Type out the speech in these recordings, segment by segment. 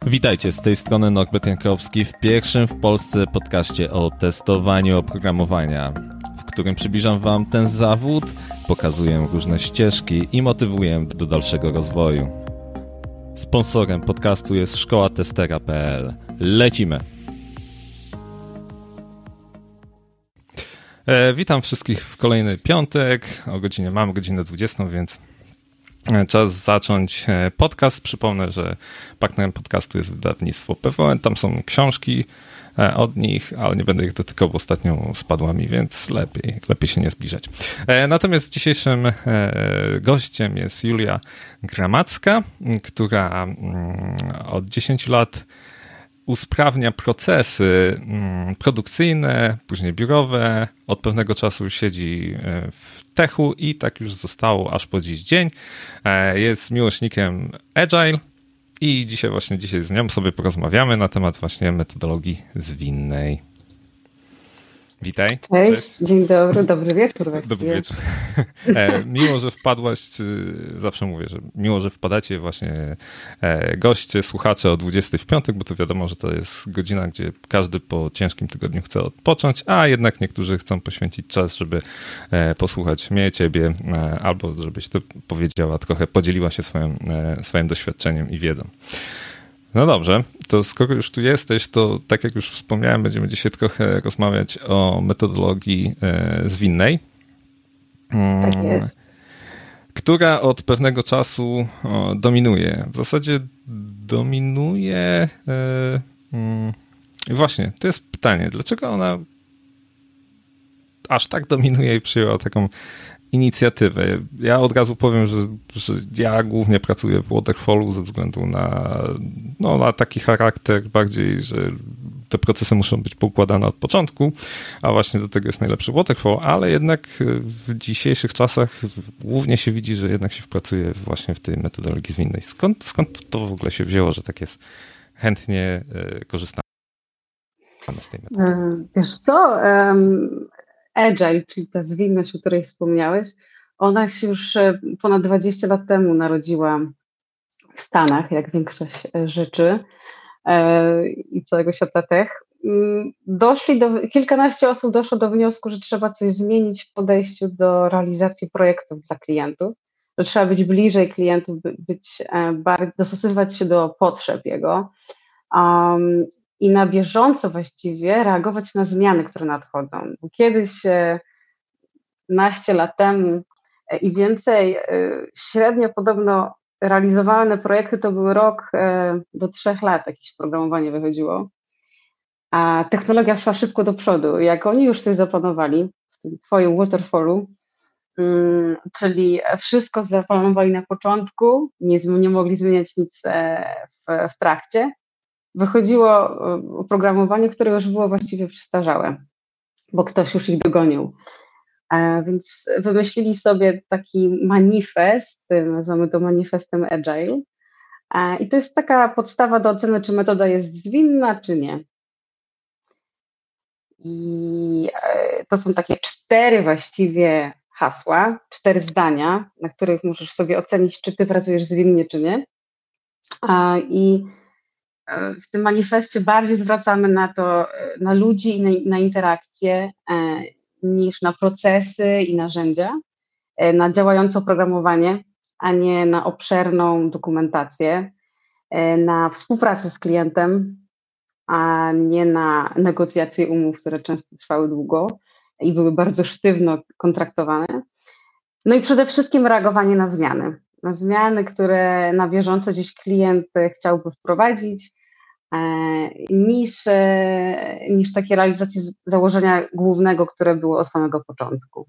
Witajcie, z tej strony Norbert Jankowski w pierwszym w Polsce podcaście o testowaniu oprogramowania, w którym przybliżam Wam ten zawód, pokazuję różne ścieżki i motywuję do dalszego rozwoju. Sponsorem podcastu jest szkołatestera.pl. Lecimy! Witam wszystkich w kolejny piątek, mamy godzinę 20, więc czas zacząć podcast. Przypomnę, że partnerem podcastu jest wydawnictwo PWN. Tam są książki od nich, ale nie będę ich dotykał, bo ostatnio spadła mi, więc lepiej się nie zbliżać. Natomiast dzisiejszym gościem jest Julia Gramacka, która od 10 lat usprawnia procesy produkcyjne, później biurowe. Od pewnego czasu siedzi w techu i tak już zostało aż po dziś dzień. Jest miłośnikiem Agile i dzisiaj z nią sobie porozmawiamy na temat właśnie metodologii zwinnej. Witaj. Cześć, dzień dobry, dobry wieczór właściwie. Dobry wieczór. Miło, że wpadłaś, zawsze mówię, że miło, że wpadacie właśnie goście, słuchacze o 20 w piątek, bo to wiadomo, że to jest godzina, gdzie każdy po ciężkim tygodniu chce odpocząć, a jednak niektórzy chcą poświęcić czas, żeby posłuchać mnie, ciebie, albo żebyś to powiedziała, trochę podzieliła się swoim doświadczeniem i wiedzą. No dobrze, to skoro już tu jesteś, to tak jak już wspomniałem, będziemy dzisiaj trochę rozmawiać o metodologii zwinnej, tak jest. Która od pewnego czasu dominuje. W zasadzie dominuje... Właśnie, to jest pytanie, dlaczego ona aż tak dominuje i przyjęła taką inicjatywę. Ja od razu powiem, że ja głównie pracuję w Waterfallu ze względu na taki charakter bardziej, że te procesy muszą być poukładane od początku, a właśnie do tego jest najlepszy Waterfall, ale jednak w dzisiejszych czasach głównie się widzi, że jednak się pracuje właśnie w tej metodologii zwinnej. Skąd to w ogóle się wzięło, że tak jest? Chętnie korzystamy z tej metody. Wiesz co? Agile, czyli ta zwinność, o której wspomniałeś, ona się już ponad 20 lat temu narodziła w Stanach, jak większość rzeczy i całego świata tech. Kilkanaście osób doszło do wniosku, że trzeba coś zmienić w podejściu do realizacji projektów dla klientów, że trzeba być bliżej klientów, dostosowywać się do potrzeb jego. I na bieżąco właściwie reagować na zmiany, które nadchodzą. Bo kiedyś, naście lat temu i więcej, średnio podobno realizowane projekty to był rok do 3 lat, jakieś programowanie wychodziło. A technologia szła szybko do przodu. Jak oni już coś zaplanowali w tym twoim waterfallu, czyli wszystko zaplanowali na początku, nie mogli zmieniać nic w trakcie, wychodziło oprogramowanie, które już było właściwie przestarzałe, bo ktoś już ich dogonił. Więc wymyślili sobie taki manifest, nazywamy to manifestem Agile. I to jest taka podstawa do oceny, czy metoda jest zwinna, czy nie. I to są takie 4 właściwie hasła, 4 zdania, na których możesz sobie ocenić, czy ty pracujesz zwinnie, czy nie. I w tym manifestie bardziej zwracamy na ludzi i na interakcje niż na procesy i narzędzia, na działające oprogramowanie, a nie na obszerną dokumentację, na współpracę z klientem, a nie na negocjacje umów, które często trwały długo i były bardzo sztywno kontraktowane. No i przede wszystkim reagowanie na zmiany, które na bieżąco gdzieś klient chciałby wprowadzić, niż takie realizacje założenia głównego, które było od samego początku.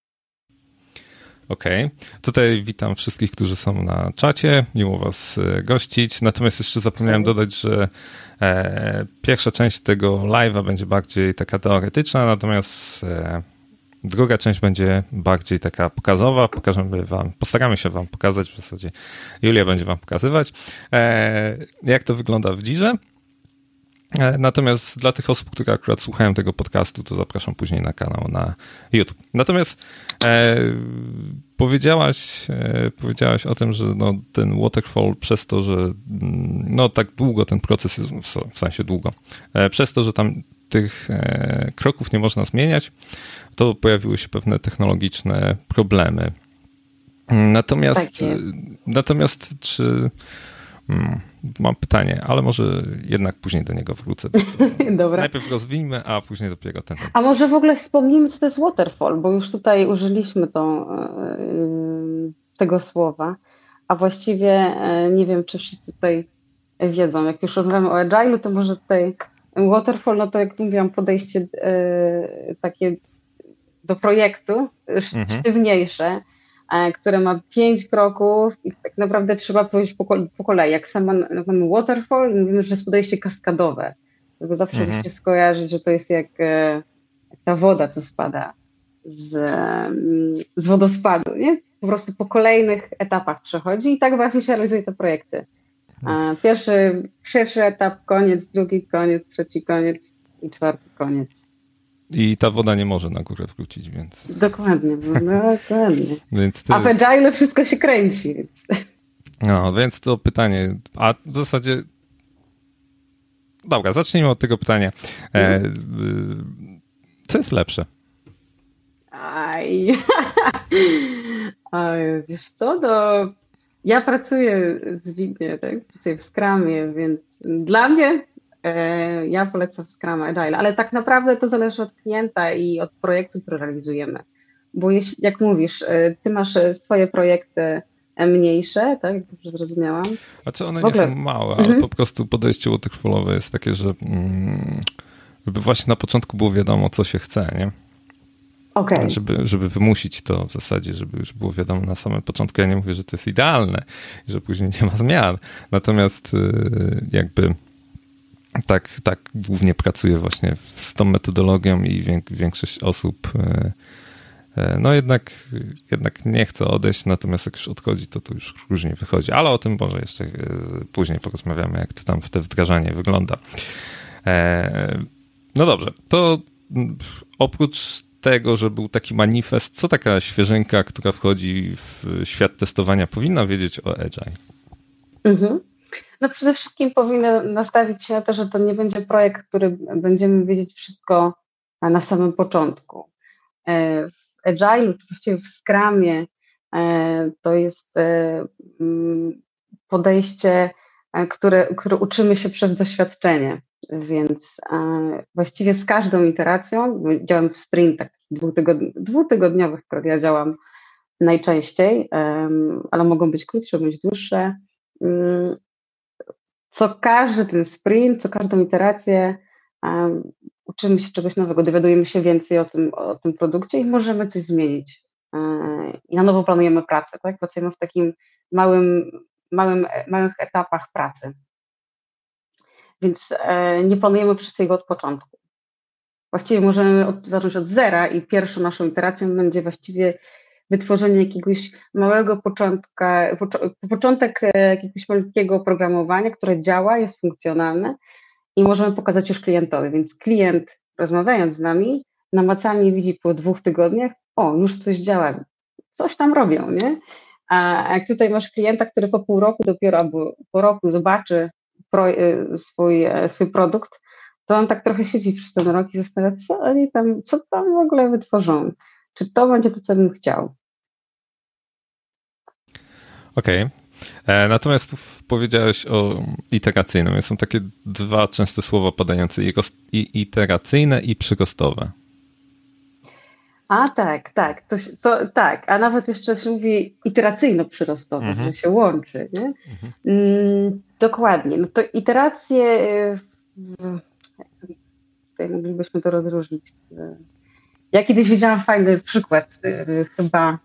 Okej. Tutaj witam wszystkich, którzy są na czacie. Miło was gościć. Natomiast jeszcze zapomniałem dodać, że pierwsza część tego live'a będzie bardziej taka teoretyczna, natomiast druga część będzie bardziej taka pokazowa. Postaramy się wam pokazać, w zasadzie Julia będzie wam pokazywać, jak to wygląda w Jirze. Natomiast dla tych osób, które akurat słuchają tego podcastu, to zapraszam później na kanał na YouTube. Natomiast powiedziałaś o tym, że no, ten waterfall przez to, że no, tak długo ten proces jest, w sensie długo, przez to, że tam tych kroków nie można zmieniać, to pojawiły się pewne technologiczne problemy. Natomiast czy... Mam pytanie, ale może jednak później do niego wrócę. Dobra. Najpierw rozwijmy, a później dopiero ten. A może w ogóle wspomnimy, co to jest waterfall, bo już tutaj użyliśmy tego słowa, a właściwie nie wiem, czy wszyscy tutaj wiedzą. Jak już rozmawiamy o agile'u, to może tutaj waterfall, no to jak mówiłam, podejście takie do projektu, sztywniejsze, które ma 5 kroków i tak naprawdę trzeba pójść po kolei. Jak sama mamy waterfall, mówimy, że jest podejście kaskadowe. Żeby zawsze musicie skojarzyć, że to jest jak ta woda, co spada z wodospadu. Nie? Po prostu po etapach przechodzi i tak właśnie się realizuje te projekty. Pierwszy etap, koniec, drugi koniec, trzeci koniec i czwarty koniec. I ta woda nie może na górę wrócić, więc... Dokładnie. Więc a w Agile wszystko się kręci. Więc... No, więc to pytanie, a w zasadzie... Dobra, zacznijmy od tego pytania. Co jest lepsze? Wiesz co, ja pracuję zwinnie, tak? Pracuję w Scrumie, więc dla mnie ja polecam Scrum Agile, ale tak naprawdę to zależy od klienta i od projektu, który realizujemy. Bo jak mówisz, ty masz swoje projekty mniejsze, tak? Jak dobrze zrozumiałam. Znaczy one nie są małe, ale po prostu podejście waterfallowe jest takie, że żeby właśnie na początku było wiadomo, co się chce, nie? Okay. Żeby wymusić to w zasadzie, żeby już było wiadomo na samym początku. Ja nie mówię, że to jest idealne i że później nie ma zmian. Natomiast jakby tak głównie pracuję właśnie z tą metodologią i większość osób no jednak nie chce odejść, natomiast jak już odchodzi, to już różnie wychodzi. Ale o tym może jeszcze później porozmawiamy, jak to tam w te wdrażanie wygląda. No dobrze, to oprócz tego, że był taki manifest, co taka świeżynka, która wchodzi w świat testowania, powinna wiedzieć o Agile? No przede wszystkim powinna nastawić się na to, że to nie będzie projekt, który będziemy wiedzieć wszystko na samym początku. W Agile'u, czy właściwie w Scrumie, to jest podejście, które uczymy się przez doświadczenie, więc właściwie z każdą iteracją, działam w sprintach dwutygodniowych, które ja działam najczęściej, ale mogą być krótsze, bądź dłuższe. Co każdy ten sprint, co każdą iterację uczymy się czegoś nowego, dowiadujemy się więcej o tym produkcie i możemy coś zmienić. I na nowo planujemy pracę, tak? Pracujemy w takim małych etapach pracy. Więc nie planujemy wszystkiego od początku. Właściwie możemy zacząć od zera i pierwszą naszą iteracją będzie właściwie wytworzenie jakiegoś małego początek jakiegoś malutkiego oprogramowania, które działa, jest funkcjonalne i możemy pokazać już klientowi. Więc klient, rozmawiając z nami, namacalnie widzi po 2 tygodniach, już coś działa, coś tam robią, nie? A jak tutaj masz klienta, który po pół roku dopiero albo po roku zobaczy swój produkt, to on tak trochę siedzi przez ten rok i zastanawia się, co tam w ogóle wytworzą. Czy to będzie to, co bym chciał? Okej. Natomiast tu powiedziałeś o iteracyjnym. Są takie 2 częste słowa padające, iteracyjne i przyrostowe. A tak. To tak. A nawet jeszcze się mówi iteracyjno-przyrostowe, że się łączy, nie? Dokładnie. No to iteracje, tutaj moglibyśmy to rozróżnić. Ja kiedyś widziałam fajny przykład, chyba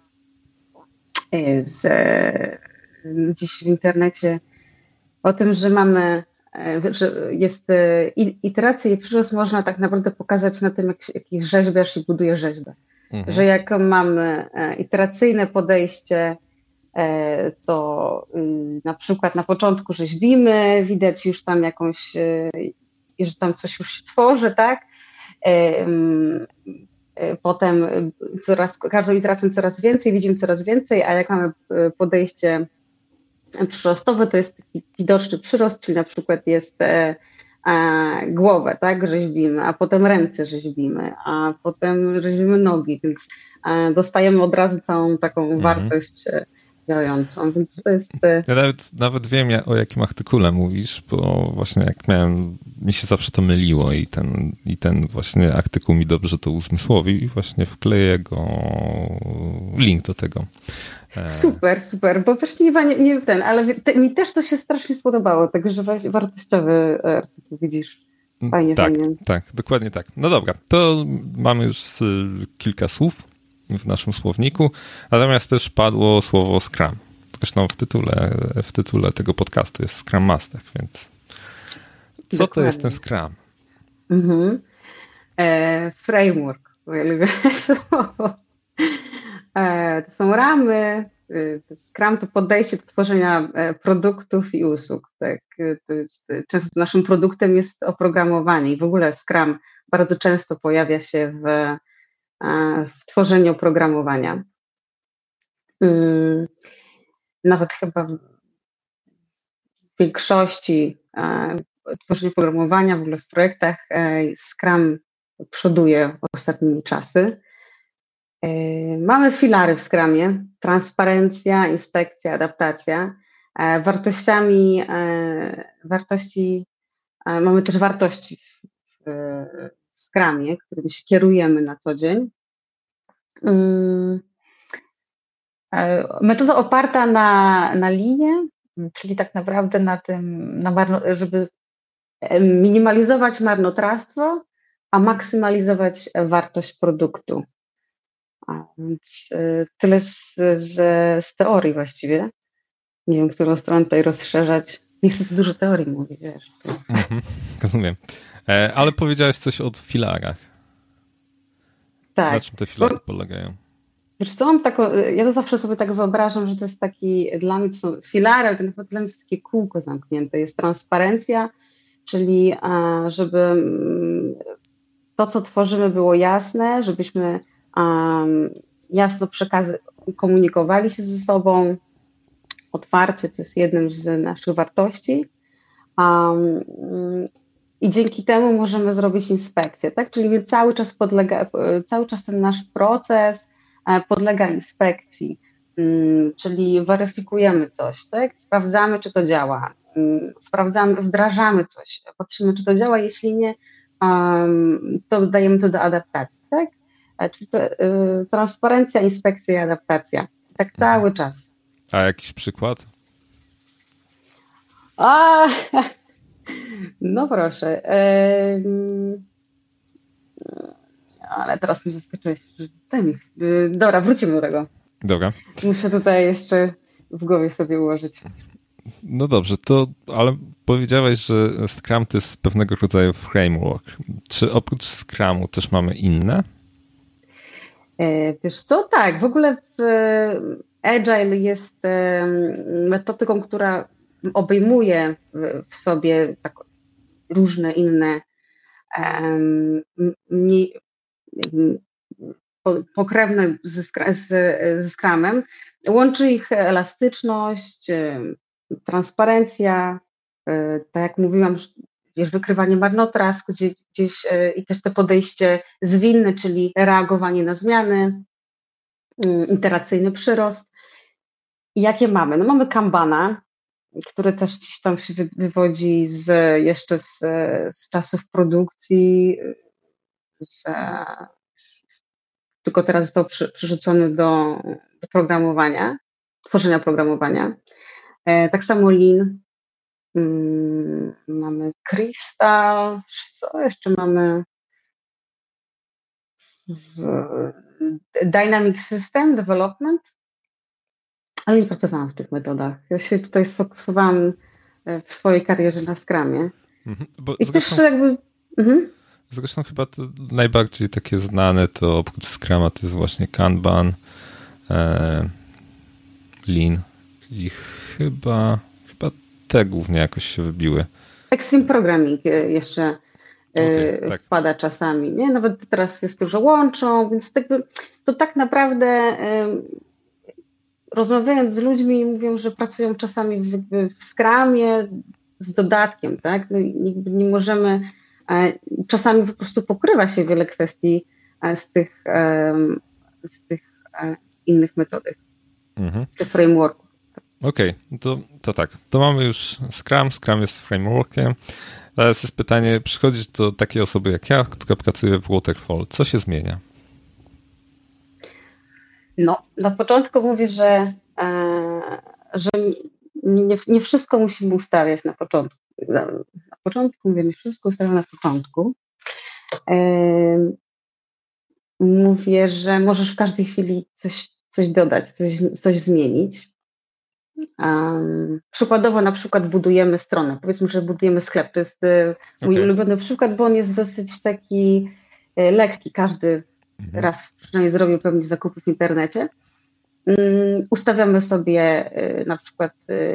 gdzieś w internecie, o tym, że jest iterację i przyrost można tak naprawdę pokazać na tym, jak rzeźbiarz i buduje rzeźbę. Że jak mamy iteracyjne podejście, to na przykład na początku rzeźbimy, widać już tam i że tam coś już się tworzy, tak? Potem każdą iteracją coraz więcej, widzimy coraz więcej, a jak mamy podejście przyrostowe, to jest taki widoczny przyrost, czyli na przykład jest głowę, tak, rzeźbimy, a potem ręce rzeźbimy, a potem rzeźbimy nogi, więc dostajemy od razu całą taką wartość działającą, więc to jest... Ja nawet wiem, o jakim artykule mówisz, bo właśnie jak mi się zawsze to myliło i ten właśnie artykuł mi dobrze to uzmysłowił i właśnie wkleję link do tego. Super, bo właśnie nie ten, ale mi też to się strasznie spodobało, także wartościowy artykuł, widzisz. Fajnie. Tak, dokładnie tak. No dobra, to mamy już kilka słów w naszym słowniku, natomiast też padło słowo Scrum. Zresztą w tytule tego podcastu jest Scrum Master, więc co dokładnie. To jest ten Scrum? Framework, słowo. To są ramy. Scrum to podejście do tworzenia produktów i usług. Tak? To jest, często naszym produktem jest oprogramowanie i w ogóle Scrum bardzo często pojawia się w tworzeniu oprogramowania. Nawet chyba w większości tworzenia oprogramowania, w ogóle w projektach Scrum przoduje ostatnimi czasy. Mamy filary w Scrumie: transparencja, inspekcja, adaptacja. Mamy też wartości w Scrumie, którymi się kierujemy na co dzień. Metoda oparta na linie, czyli tak naprawdę na tym, żeby minimalizować marnotrawstwo, a maksymalizować wartość produktu. Więc tyle z teorii właściwie. Nie wiem, którą stronę tutaj rozszerzać. Nie chcę dużo teorii mówić, wiesz. Rozumiem. Ale powiedziałeś coś o filarach. Tak. Na czym te filary polegają? Wiesz co, ja to zawsze sobie tak wyobrażam, że to jest taki, dla mnie to są filary, ale to naprawdę dla mnie jest takie kółko zamknięte. Jest transparencja, czyli żeby to, co tworzymy, było jasne, żebyśmy jasno komunikowali się ze sobą, otwarcie, co jest jednym z naszych wartości. I dzięki temu możemy zrobić inspekcję, tak? Czyli cały czas ten nasz proces podlega inspekcji, czyli weryfikujemy coś, tak? Sprawdzamy, czy to działa, wdrażamy coś, patrzymy, czy to działa, jeśli nie, to dajemy to do adaptacji, tak? Czyli to, transparencja, inspekcja i adaptacja. Tak cały czas. A jakiś przykład? No proszę. Ale teraz mnie zaskoczyłeś. Dobra, wrócimy do tego. Dobra. Muszę tutaj jeszcze w głowie sobie ułożyć. No dobrze, ale powiedziałeś, że Scrum to jest pewnego rodzaju framework. Czy oprócz Scrumu też mamy inne? Wiesz co, tak, w ogóle Agile jest metodyką, która obejmuje w sobie tak różne inne pokrewne ze Scrumem. Łączy ich elastyczność, transparencja, tak jak mówiłam, wiesz, wykrywanie marnotrawstw gdzieś i też to podejście zwinne, czyli reagowanie na zmiany, iteracyjny przyrost. I jakie mamy? No mamy Kanbana, który też gdzieś tam się wywodzi jeszcze z czasów produkcji, tylko teraz został przerzucony do programowania, tworzenia oprogramowania. Tak samo Lean. Mamy Crystal, co jeszcze mamy? Dynamic System Development, ale nie pracowałam w tych metodach. Ja się tutaj sfokusowałam w swojej karierze na Scrumie. I zresztą, też jakby... Zresztą chyba to najbardziej takie znane to oprócz Scruma to jest właśnie Kanban, Lean i chyba te głównie jakoś się wybiły. Extreme Programming jeszcze tak. wpada czasami, nie? Nawet teraz jest to, że łączą, więc to tak naprawdę rozmawiając z ludźmi mówią, że pracują czasami w Scrumie z dodatkiem, tak? No, nie możemy, czasami po prostu pokrywa się wiele kwestii z tych innych metodek, tych frameworków. Okej, to tak. To mamy już Scrum jest frameworkiem. Teraz jest pytanie, przychodzisz do takiej osoby jak ja, która pracuje w Waterfall. Co się zmienia? No, na początku mówię, że nie wszystko musimy ustawiać na początku. Na początku mówię, nie wszystko ustawiam na początku. Mówię, że możesz w każdej chwili coś dodać, coś zmienić. Przykładowo na przykład budujemy stronę. Powiedzmy, że budujemy sklep. To jest mój ulubiony przykład, bo on jest dosyć taki lekki. Każdy raz przynajmniej zrobił pewnie zakupy w internecie. Ustawiamy sobie na przykład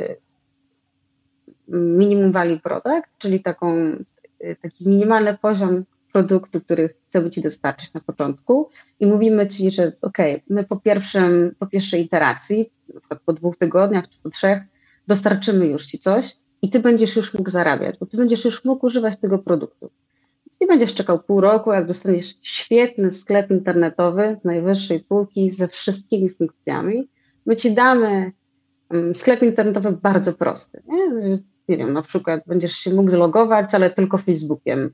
minimum value product, czyli taki minimalny poziom produktu, który chcemy Ci dostarczyć na początku i mówimy Ci, że my po pierwszej iteracji, na przykład po 2 tygodniach czy po 3, dostarczymy już Ci coś i Ty będziesz już mógł zarabiać, bo Ty będziesz już mógł używać tego produktu. Więc nie będziesz czekał pół roku, jak dostaniesz świetny sklep internetowy z najwyższej półki, ze wszystkimi funkcjami. My Ci damy sklep internetowy bardzo prosty. Nie wiem, na przykład będziesz się mógł zlogować, ale tylko Facebookiem.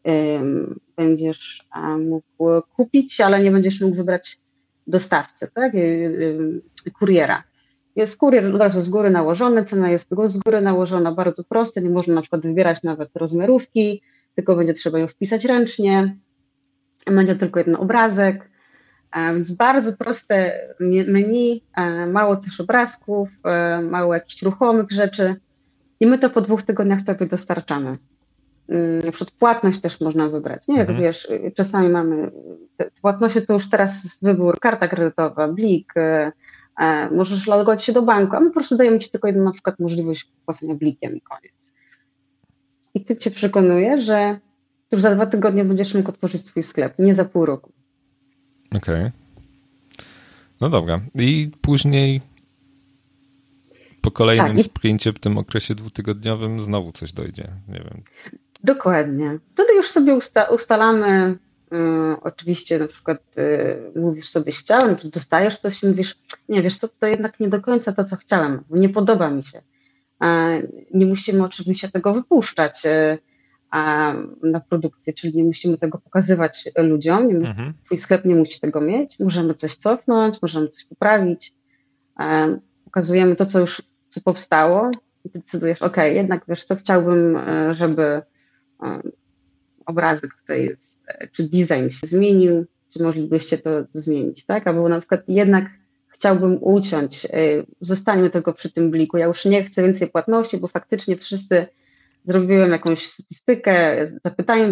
Będziesz mógł kupić, ale nie będziesz mógł wybrać dostawcę, tak? Kuriera. Jest kurier od razu z góry nałożony, cena jest z góry nałożona, bardzo proste, nie można na przykład wybierać nawet rozmiarówki, tylko będzie trzeba ją wpisać ręcznie, będzie tylko jeden obrazek, więc bardzo proste menu, mało też obrazków, mało jakichś ruchomych rzeczy i my to po 2 tygodniach Tobie dostarczamy. Na przykład płatność też można wybrać. Nie, jak wiesz, czasami mamy te płatności, to już teraz jest wybór, karta kredytowa, Blik, możesz logować się do banku, a my po prostu dajemy Ci tylko jedną na przykład możliwość płacenia Blikiem i koniec. I Ty Cię przekonuje, że już za 2 tygodnie będziesz mógł otworzyć swój sklep, nie za pół roku. Okej. No dobra. I później po kolejnym sprincie w tym okresie 2-tygodniowym znowu coś dojdzie. Nie wiem. Dokładnie. Wtedy już sobie ustalamy, oczywiście na przykład mówisz sobie chciałem, czy dostajesz coś i mówisz, nie wiesz co, to jednak nie do końca to, co chciałem, bo nie podoba mi się. Nie musimy oczywiście tego wypuszczać na produkcję, czyli nie musimy tego pokazywać ludziom, twój sklep nie musi tego mieć, możemy coś cofnąć, możemy coś poprawić, pokazujemy to, co powstało i ty decydujesz, jednak wiesz co, chciałbym, żeby obrazek tutaj jest, czy design się zmienił, czy moglibyście to zmienić, tak? Albo na przykład jednak chciałbym uciąć, zostańmy tylko przy tym bliku, ja już nie chcę więcej płatności, bo faktycznie wszyscy zrobiłem jakąś statystykę, zapytanie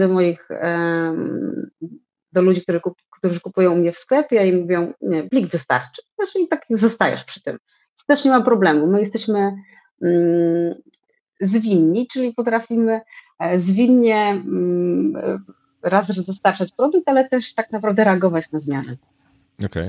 do ludzi, którzy kupują u mnie w sklepie i mówią, nie, blik wystarczy. I tak zostajesz przy tym. Więc też nie ma problemu. My jesteśmy zwinni, czyli potrafimy zwinnie raz, że dostarczać produkt, ale też tak naprawdę reagować na zmiany. Okej.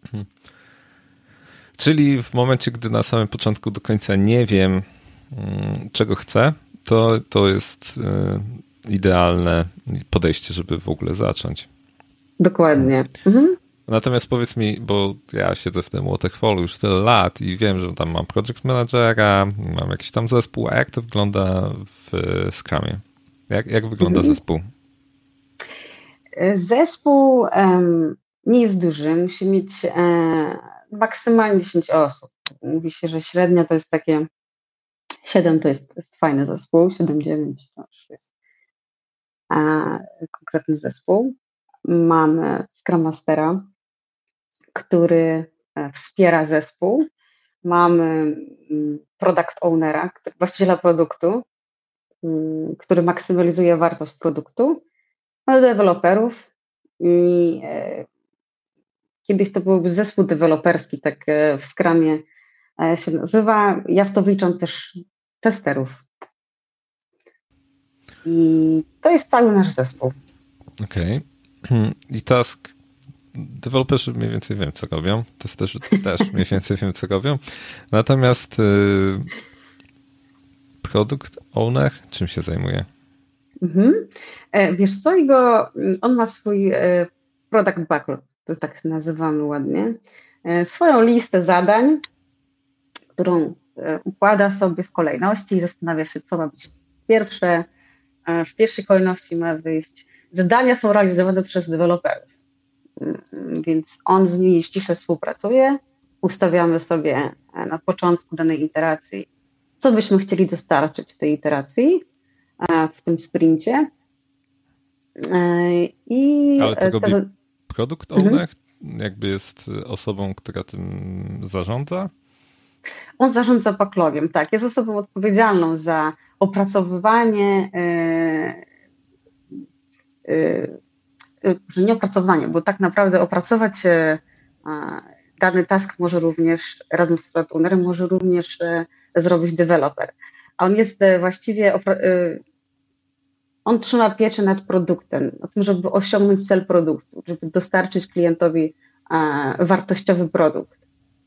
Czyli w momencie, gdy na samym początku do końca nie wiem, czego chcę, to jest idealne podejście, żeby w ogóle zacząć. Dokładnie. Natomiast powiedz mi, bo ja siedzę w tym Waterfallu już tyle lat i wiem, że tam mam project managera, mam jakiś tam zespół, a jak to wygląda w Scrumie? Jak wygląda zespół? Zespół nie jest duży, musi mieć maksymalnie 10 osób. Mówi się, że średnia to jest takie 7 to jest fajny zespół, 7-9 to już jest konkretny zespół. Mamy Scrum Mastera, który wspiera zespół. Mamy Product Ownera, właściciela produktu, który maksymalizuje wartość produktu. Mamy deweloperów i kiedyś to byłby zespół deweloperski, tak w Scrumie się nazywa. Ja w to wliczam też testerów. I to jest cały nasz zespół. Okej. I task deweloperzy mniej więcej wiem, co robią. To jest też mniej więcej wiem, co robią. Natomiast product owner czym się zajmuje? Wiesz co, on ma swój product backlog, to tak nazywamy ładnie, swoją listę zadań, którą układa sobie w kolejności i zastanawia się, co ma być pierwsze. W pierwszej kolejności ma wyjść. Zadania są realizowane przez deweloperów, więc on z nimi ściśle współpracuje. Ustawiamy sobie na początku danej iteracji, co byśmy chcieli dostarczyć w tej iteracji, w tym sprincie. Ale to robi product owner? Jakby jest osobą, która tym zarządza? On zarządza backlogiem, tak. Jest osobą odpowiedzialną za opracowywanie, nie opracowanie, bo tak naprawdę opracować dany task może również, razem z product ownerem, może również zrobić deweloper. A on jest właściwie, on trzyma pieczę nad produktem, o tym, żeby osiągnąć cel produktu, żeby dostarczyć klientowi wartościowy produkt.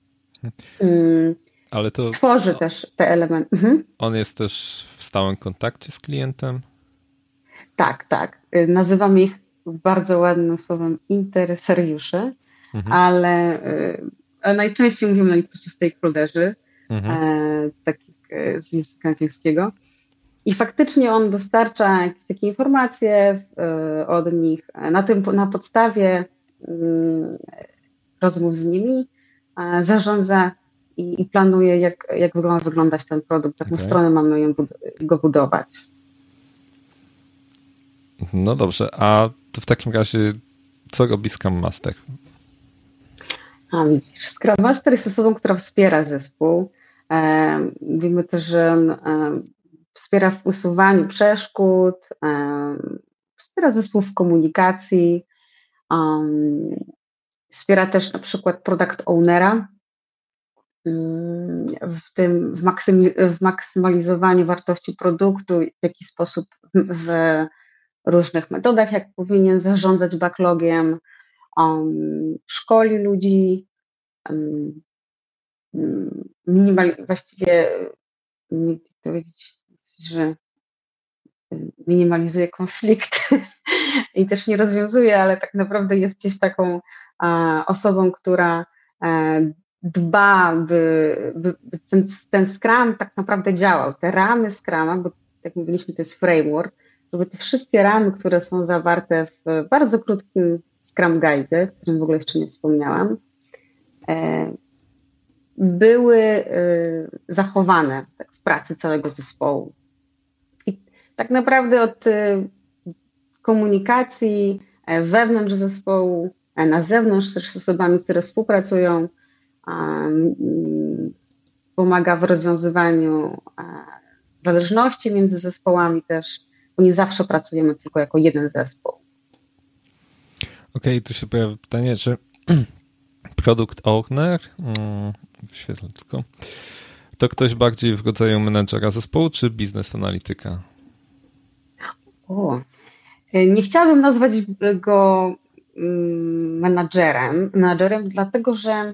Ale to tworzy też te elementy. On jest też w stałym kontakcie z klientem? Tak. Nazywamy ich bardzo ładnym słowem interesariusze, ale najczęściej mówimy na nich po prostu stakeholderzy, tak jak z języka angielskiego. I faktycznie on dostarcza jakieś takie informacje od nich, na podstawie rozmów z nimi zarządza i planuje, jak ma wyglądać ten produkt, jaką stronę mamy go budować. No dobrze, a to w takim razie co robi Scrum Master? Widzisz, Scrum Master jest osobą, która wspiera zespół. Wiemy też, że on wspiera w usuwaniu przeszkód, wspiera zespół w komunikacji, wspiera też na przykład product ownera w maksymalizowaniu wartości produktu, w jaki sposób w różnych metodach, jak powinien zarządzać backlogiem, szkoli ludzi, właściwie nie chcę powiedzieć, że minimalizuje konflikty i też nie rozwiązuje, ale tak naprawdę jest gdzieś taką osobą, która dba, by ten Scrum tak naprawdę działał. Te ramy Scruma, bo jak mówiliśmy, to jest framework, żeby te wszystkie ramy, które są zawarte w bardzo krótkim Scrum Guide, o którym w ogóle jeszcze nie wspomniałam, były zachowane tak, w pracy całego zespołu. I tak naprawdę od komunikacji wewnątrz zespołu, na zewnątrz też z osobami, które współpracują, pomaga w rozwiązywaniu zależności między zespołami też, bo nie zawsze pracujemy tylko jako jeden zespół. Okej, tu się pojawia pytanie, czy product owner, wyświetlę tylko, to ktoś bardziej w rodzaju menedżera zespołu, czy biznes analityka? Nie chciałabym nazwać go menadżerem, dlatego że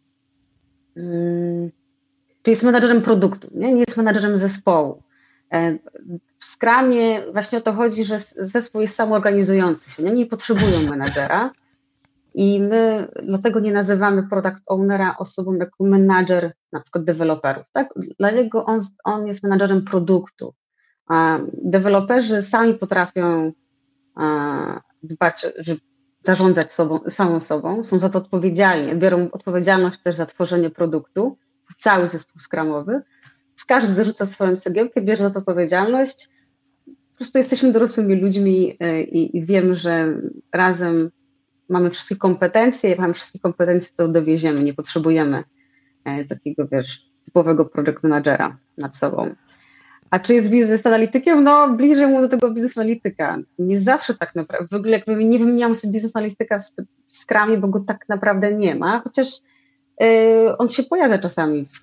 to jest menadżerem produktu, nie jest menadżerem zespołu. W Scrumie właśnie o to chodzi, że zespół jest samoorganizujący się, nie potrzebują menadżera i my dlatego nie nazywamy product ownera osobą jako menadżer na przykład deweloperów. Tak? Dla niego on jest menadżerem produktu. Deweloperzy sami potrafią dbać, żeby zarządzać samą sobą, są za to odpowiedzialni, biorą odpowiedzialność też za tworzenie produktu, cały zespół scrumowy. Każdy dorzuca swoją cegiełkę, bierze za to odpowiedzialność. Po prostu jesteśmy dorosłymi ludźmi i wiemy, że razem mamy wszystkie kompetencje, jak mamy wszystkie kompetencje, to dowieziemy, nie potrzebujemy takiego, typowego project managera nad sobą. A czy jest biznes analitykiem? No, bliżej mu do tego biznes analityka. Nie zawsze tak naprawdę. W ogóle jakby nie wymieniałam sobie biznes analityka w Scrumie, bo go tak naprawdę nie ma, chociaż on się pojawia czasami w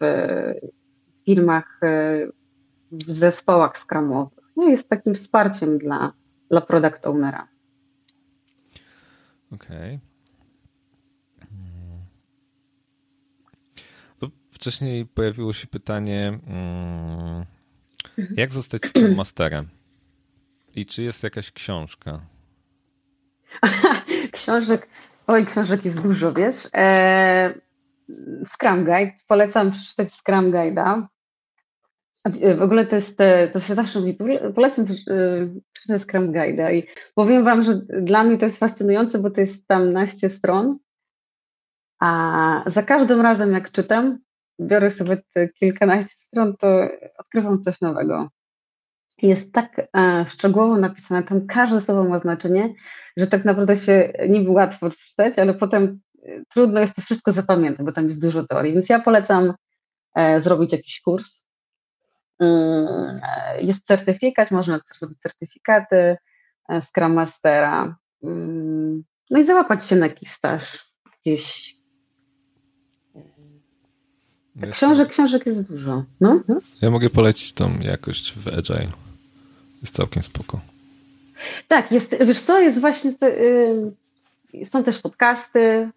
firmach, w zespołach scrumowych. No, jest takim wsparciem dla dla product ownera. Okej. To wcześniej pojawiło się pytanie, jak zostać Scrum Masterem? I czy jest jakaś książka? Książek jest dużo, wiesz. Scrum Guide, polecam przeczytać Scrum Guide'a. W ogóle to się zawsze mówi, polecam przeczytać Scrum Guide'a i powiem wam, że dla mnie to jest fascynujące, bo to jest tam 12 stron, a za każdym razem jak czytam, biorę sobie te kilkanaście stron, to odkrywam coś nowego. Jest tak szczegółowo napisane, tam każde słowo ma znaczenie, że tak naprawdę się niby łatwo przeczytać, ale potem trudno jest to wszystko zapamiętać, bo tam jest dużo teorii. Więc ja polecam zrobić jakiś kurs. Jest certyfikat, można zrobić certyfikaty Scrum Mastera. No i załapać się na jakiś staż gdzieś. Książek jest dużo. No? Ja mogę polecić tą jakość w Agile. Jest całkiem spoko. Tak, wiesz co, jest właśnie, są też podcasty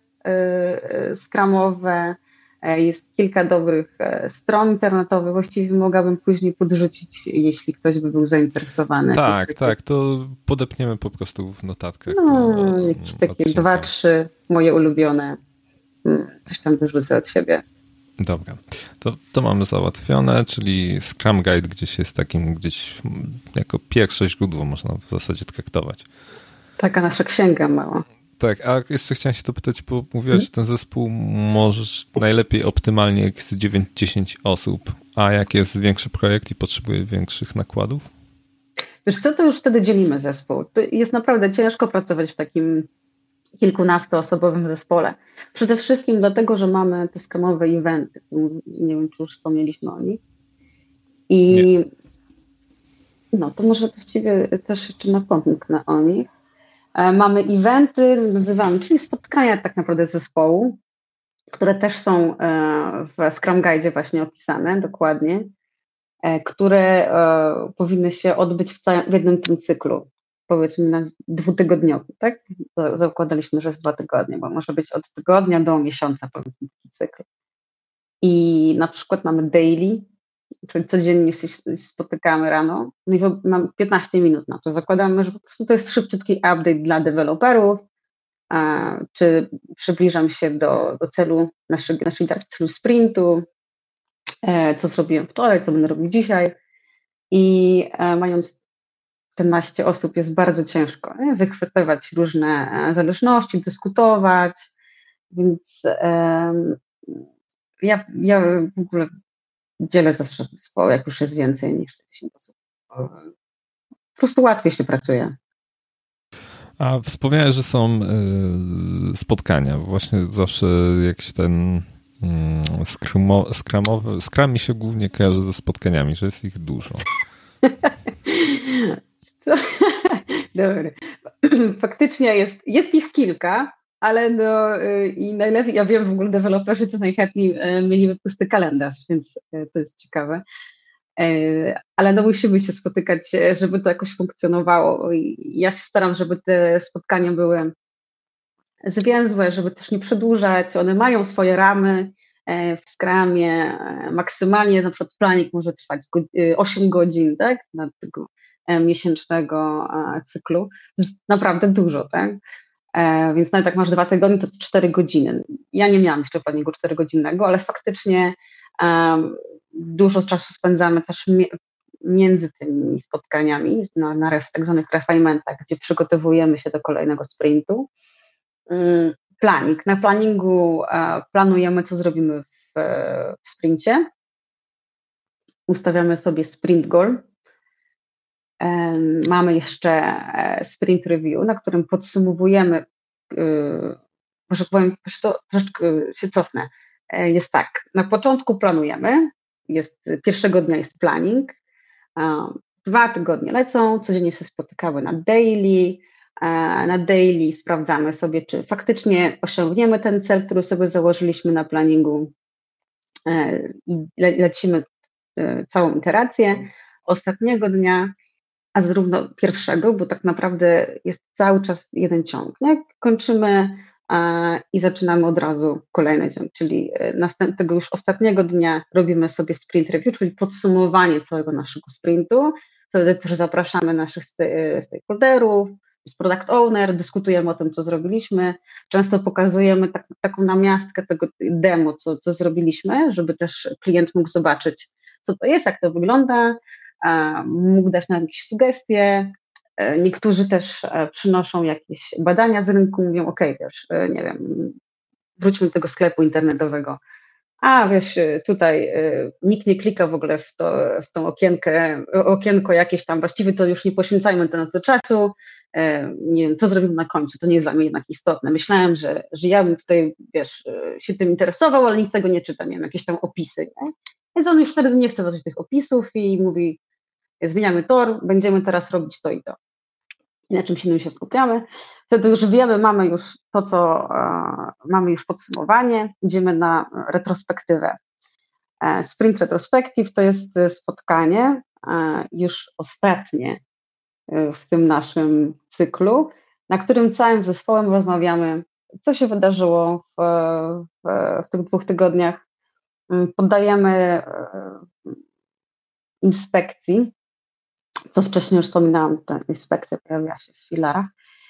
scrumowe, jest kilka dobrych stron internetowych, właściwie mogłabym później podrzucić, jeśli ktoś by był zainteresowany. Tak, to podepniemy po prostu w notatkach. No, jakieś takie 2-3 moje ulubione, coś tam wyrzucę od siebie. Dobra, to mamy załatwione, czyli Scrum Guide gdzieś jest takim, gdzieś jako pierwsze źródło można w zasadzie traktować. Taka nasza księga mała. Tak, a jeszcze chciałem się to pytać, bo mówiłaś, że ten zespół możesz najlepiej optymalnie jak jest 9-10 osób, a jak jest większy projekt i potrzebuje większych nakładów? Wiesz co, to już wtedy dzielimy zespół. To jest naprawdę ciężko pracować w takim kilkunastoosobowym zespole. Przede wszystkim dlatego, że mamy te scrumowe eventy. Nie wiem, czy już wspomnieliśmy o nich. I no, to może właściwie też jeszcze napomknę o nich. Mamy eventy, nazywamy, czyli spotkania tak naprawdę zespołu, które też są w Scrum Guide'zie właśnie opisane dokładnie, które powinny się odbyć w jednym tym cyklu, powiedzmy na 2-tygodniowym, tak? Zakładaliśmy, że jest 2 tygodnie, bo może być od tygodnia do miesiąca, powiedzmy, ten cykl. I na przykład mamy daily, czyli codziennie się spotykamy rano, no i mam 15 minut na to. Zakładamy, że po prostu to jest szybciutki update dla deweloperów, czy przybliżam się do celu naszej celu sprintu, co zrobiłem wczoraj, co będę robił dzisiaj. I mając 15 osób jest bardzo ciężko wychwytywać różne zależności, dyskutować, więc ja w ogóle dzielę zawsze zespoły, jak już jest więcej niż 10 osób. Po prostu łatwiej się pracuje. A wspomniałeś, że są spotkania. Właśnie zawsze jakiś ten Scrum mi się głównie kojarzy ze spotkaniami, że jest ich dużo. Dobra. Faktycznie jest ich kilka, ale no i najlepiej, ja wiem, w ogóle deweloperzy to najchętniej mieliby pusty kalendarz, więc to jest ciekawe. Ale no musimy się spotykać, żeby to jakoś funkcjonowało. Ja się staram, żeby te spotkania były zwięzłe, żeby też nie przedłużać. One mają swoje ramy w Scrumie. Maksymalnie na przykład planning może trwać 8 godzin, tak? Na tego miesięcznego cyklu. To jest naprawdę dużo, tak? Więc nawet jak masz 2 tygodnie, to 4 godziny. Ja nie miałam jeszcze planningu 4-godzinnego, ale faktycznie dużo czasu spędzamy też między tymi spotkaniami na tak zwanych refinementach, gdzie przygotowujemy się do kolejnego sprintu. Planning. Na planningu planujemy, co zrobimy w sprincie. Ustawiamy sobie sprint goal. Mamy jeszcze sprint review, na którym podsumowujemy, może powiem, troszeczkę się cofnę. Jest tak, na początku planujemy, pierwszego dnia jest planning, 2 tygodnie lecą, codziennie się spotykamy na daily. Na daily sprawdzamy sobie, czy faktycznie osiągniemy ten cel, który sobie założyliśmy na planningu i lecimy całą iterację. Ostatniego dnia a zarówno pierwszego, bo tak naprawdę jest cały czas jeden ciąg, nie? Kończymy i zaczynamy od razu kolejny ciąg, czyli następnego już ostatniego dnia robimy sobie sprint review, czyli podsumowanie całego naszego sprintu. Wtedy też zapraszamy naszych stakeholderów, z product owner, dyskutujemy o tym, co zrobiliśmy. Często pokazujemy taką namiastkę tego demo, co zrobiliśmy, żeby też klient mógł zobaczyć, co to jest, jak to wygląda, mógł dać nam jakieś sugestie. Niektórzy też przynoszą jakieś badania z rynku, mówią, ok, wiesz, nie wiem, wróćmy do tego sklepu internetowego. A wiesz, tutaj nikt nie klika w ogóle w tą okienko jakieś tam, właściwie to już nie poświęcajmy na to czasu, nie wiem, to zrobimy na końcu, to nie jest dla mnie jednak istotne. Myślałem, że ja bym tutaj, wiesz, się tym interesował, ale nikt tego nie czyta, nie wiem, jakieś tam opisy, nie? Więc on już wtedy nie chce zobaczyć tych opisów i mówi, zmieniamy tor, będziemy teraz robić to i to. I na czymś innym się skupiamy. Wtedy już wiemy, mamy już to, co mamy już podsumowanie, idziemy na retrospektywę. Sprint Retrospective to jest spotkanie już ostatnie w tym naszym cyklu, na którym całym zespołem rozmawiamy, co się wydarzyło w tych 2 tygodniach. Poddajemy inspekcji, co wcześniej już wspominałam, ta inspekcja pojawia się w filarach.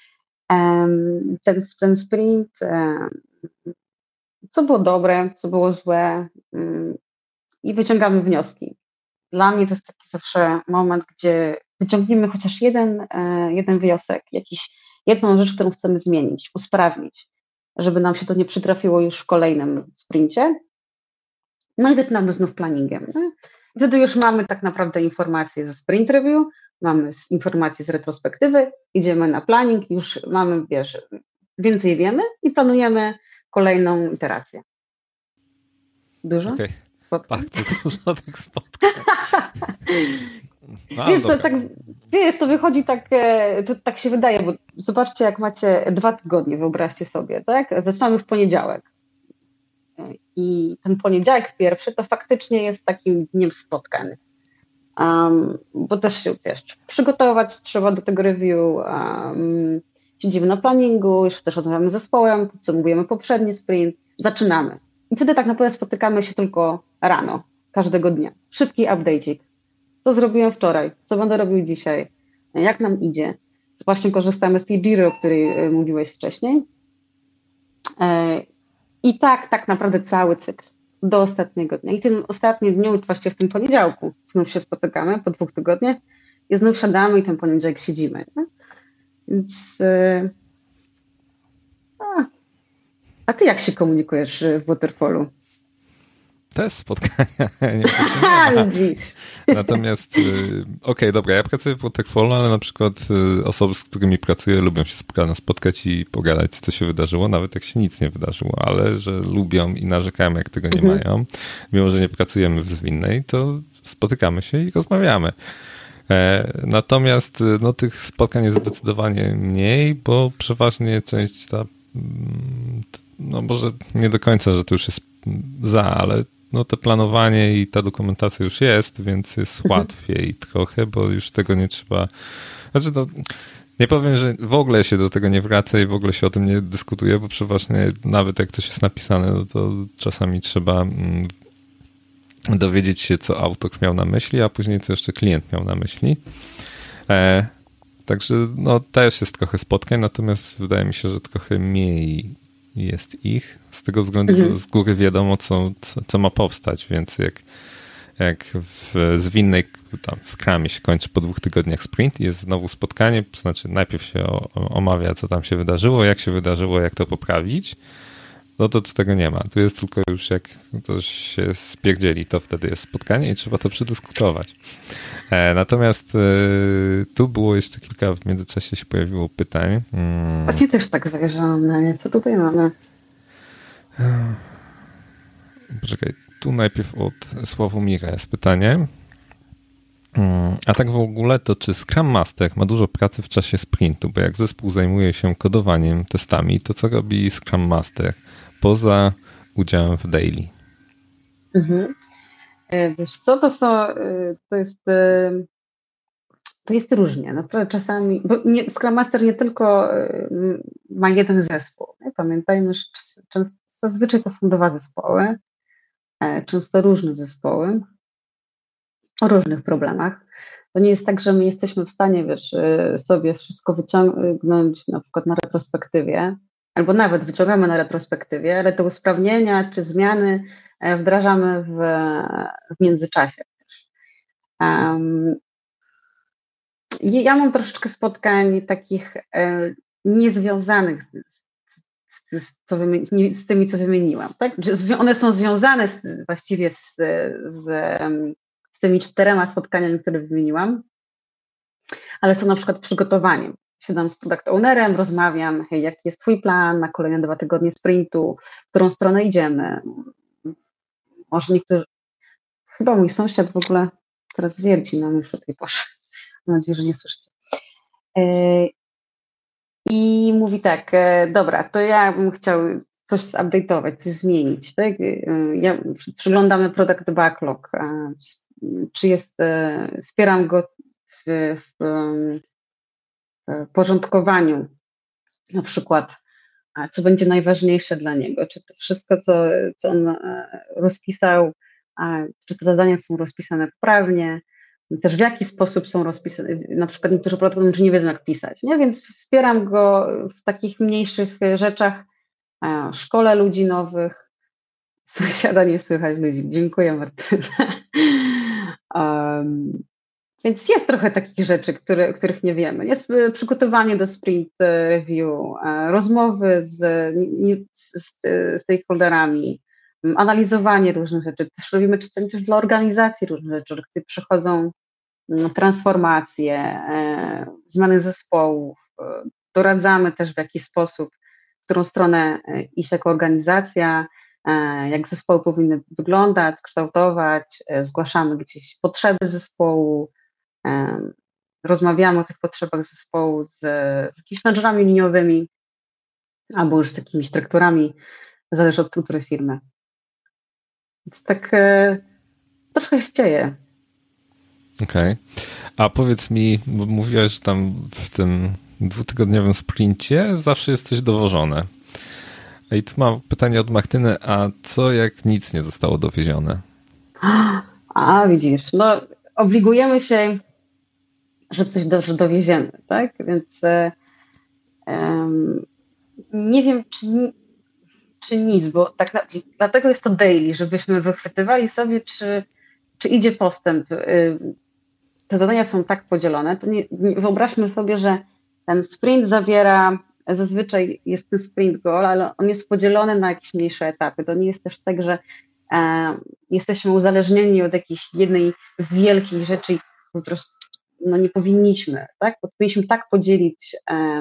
Ten sprint, co było dobre, co było złe i wyciągamy wnioski. Dla mnie to jest taki zawsze moment, gdzie wyciągniemy chociaż jeden wniosek, jedną rzecz, którą chcemy zmienić, usprawnić, żeby nam się to nie przytrafiło już w kolejnym sprincie. No i zaczynamy znów planningiem. No? Wtedy już mamy tak naprawdę informacje ze sprint review, mamy informacje z retrospektywy, idziemy na planning, już mamy, wiesz, więcej wiemy i planujemy kolejną iterację. Dużo? Okej. Bardzo dużo tych spotkań. No, wiesz, to wychodzi tak się wydaje, bo zobaczcie, jak macie 2 tygodnie, wyobraźcie sobie, tak? Zaczynamy w poniedziałek. I ten poniedziałek pierwszy to faktycznie jest takim dniem spotkań. Bo też się, wiesz, przygotować trzeba do tego review, siedzimy na planningu, już też rozmawiamy z zespołem, podsumowujemy poprzedni sprint, zaczynamy. I wtedy tak naprawdę spotykamy się tylko rano, każdego dnia. Szybki update'ik. Co zrobiłem wczoraj, co będę robił dzisiaj, jak nam idzie. Właśnie korzystamy z tej Jiry, o której mówiłeś wcześniej. I tak naprawdę cały cykl do ostatniego dnia. I w tym ostatnim dniu, właściwie w tym poniedziałku, znów się spotykamy po 2 tygodniach i znów siadamy i ten poniedziałek siedzimy. Nie? Więc a ty jak się komunikujesz w Waterfallu? To jest spotkania. Nie widzisz. Natomiast, dobra, ja pracuję w Waterfallu, ale na przykład osoby, z którymi pracuję, lubią się spotkać i pogadać, co się wydarzyło, nawet jak się nic nie wydarzyło, ale że lubią i narzekają, jak tego nie mają. Mimo że nie pracujemy w zwinnej, to spotykamy się i rozmawiamy. Natomiast tych spotkań jest zdecydowanie mniej, bo przeważnie część może nie do końca, że to już jest ale te planowanie i ta dokumentacja już jest, więc jest łatwiej trochę, bo już tego nie trzeba. Nie powiem, że w ogóle się do tego nie wraca i w ogóle się o tym nie dyskutuje, bo przeważnie nawet jak coś jest napisane, to czasami trzeba dowiedzieć się, co autor miał na myśli, a później co jeszcze klient miał na myśli. Także też jest trochę spotkań, natomiast wydaje mi się, że trochę mniej jest ich, z tego względu, że z góry wiadomo, co ma powstać, więc jak w zwinnej, tam w Scrumie się kończy po 2 tygodniach sprint i jest znowu spotkanie, to znaczy najpierw się omawia, co tam się wydarzyło, jak to poprawić, to tu tego nie ma. Tu jest tylko już jak to się spierdzieli, to wtedy jest spotkanie i trzeba to przedyskutować. Natomiast tu było jeszcze kilka, w międzyczasie się pojawiło pytań. Właśnie też tak zajrzałam na nie. Co tutaj mamy? Poczekaj, tu najpierw od Sławomira jest pytanie. A tak w ogóle to czy Scrum Master ma dużo pracy w czasie sprintu? Bo jak zespół zajmuje się kodowaniem, testami, to co robi Scrum Master poza udziałem w daily? Wiesz co, to jest To jest różnie. Naprawdę czasami, bo Scrum Master nie tylko ma jeden zespół. Nie? Pamiętajmy, że zazwyczaj to są 2 zespoły, często różne zespoły o różnych problemach. To nie jest tak, że my jesteśmy w stanie, sobie wszystko wyciągnąć na przykład na retrospektywie, albo nawet wyciągamy na retrospektywie, ale te usprawnienia czy zmiany wdrażamy w międzyczasie. Ja mam troszeczkę spotkań takich niezwiązanych z tymi, co wymieniłam. Tak? One są związane właściwie z tymi 4 spotkaniami, które wymieniłam, ale są na przykład przygotowaniem. Siadam z product ownerem, rozmawiam, hej, jaki jest twój plan na kolejne 2 tygodnie sprintu, w którą stronę idziemy. Może niektórzy, chyba mój sąsiad w ogóle teraz wierci na myszy tej porze. Mam nadzieję, że nie słyszycie. I mówi tak, dobra, to ja bym chciał coś zupdate'ować, coś zmienić. Tak? Przyglądamy product backlog, czy wspieram go w porządkowaniu, na przykład, co będzie najważniejsze dla niego, czy to wszystko, co on rozpisał, czy te zadania są rozpisane poprawnie, też w jaki sposób są rozpisane, na przykład niektórzy product nie wiedzą, jak pisać, nie? Więc wspieram go w takich mniejszych rzeczach, szkole ludzi nowych, sąsiada nie słychać ludzi, dziękuję Martyna. Więc jest trochę takich rzeczy, których nie wiemy. Jest przygotowanie do sprint review, rozmowy z stakeholderami, analizowanie różnych rzeczy. Też robimy czasami też dla organizacji różne rzeczy, gdy przychodzą transformacje, zmiany zespołów, doradzamy też w jaki sposób, w którą stronę iść jako organizacja, jak zespoły powinny wyglądać, kształtować, zgłaszamy gdzieś potrzeby zespołu, rozmawiamy o tych potrzebach zespołu z jakimiś menedżerami liniowymi albo już z jakimiś dyrektorami, zależy od struktury firmy. Więc tak troszkę się dzieje. Okej. A powiedz mi, bo mówiłaś, że tam w tym 2-tygodniowym sprincie zawsze jesteś dowożone. I tu mam pytanie od Martyny, a co jak nic nie zostało dowiezione? Widzisz, no obligujemy się, że coś dowieziemy, tak? Więc nie wiem, czy nic, bo tak dlatego jest to daily, żebyśmy wychwytywali sobie, czy idzie postęp. Te zadania są tak podzielone, to wyobraźmy sobie, że ten sprint zawiera, zazwyczaj jest ten sprint goal, ale on jest podzielony na jakieś mniejsze etapy. To nie jest też tak, że jesteśmy uzależnieni od jakiejś jednej wielkiej rzeczy, po prostu nie powinniśmy, tak? Powinniśmy tak podzielić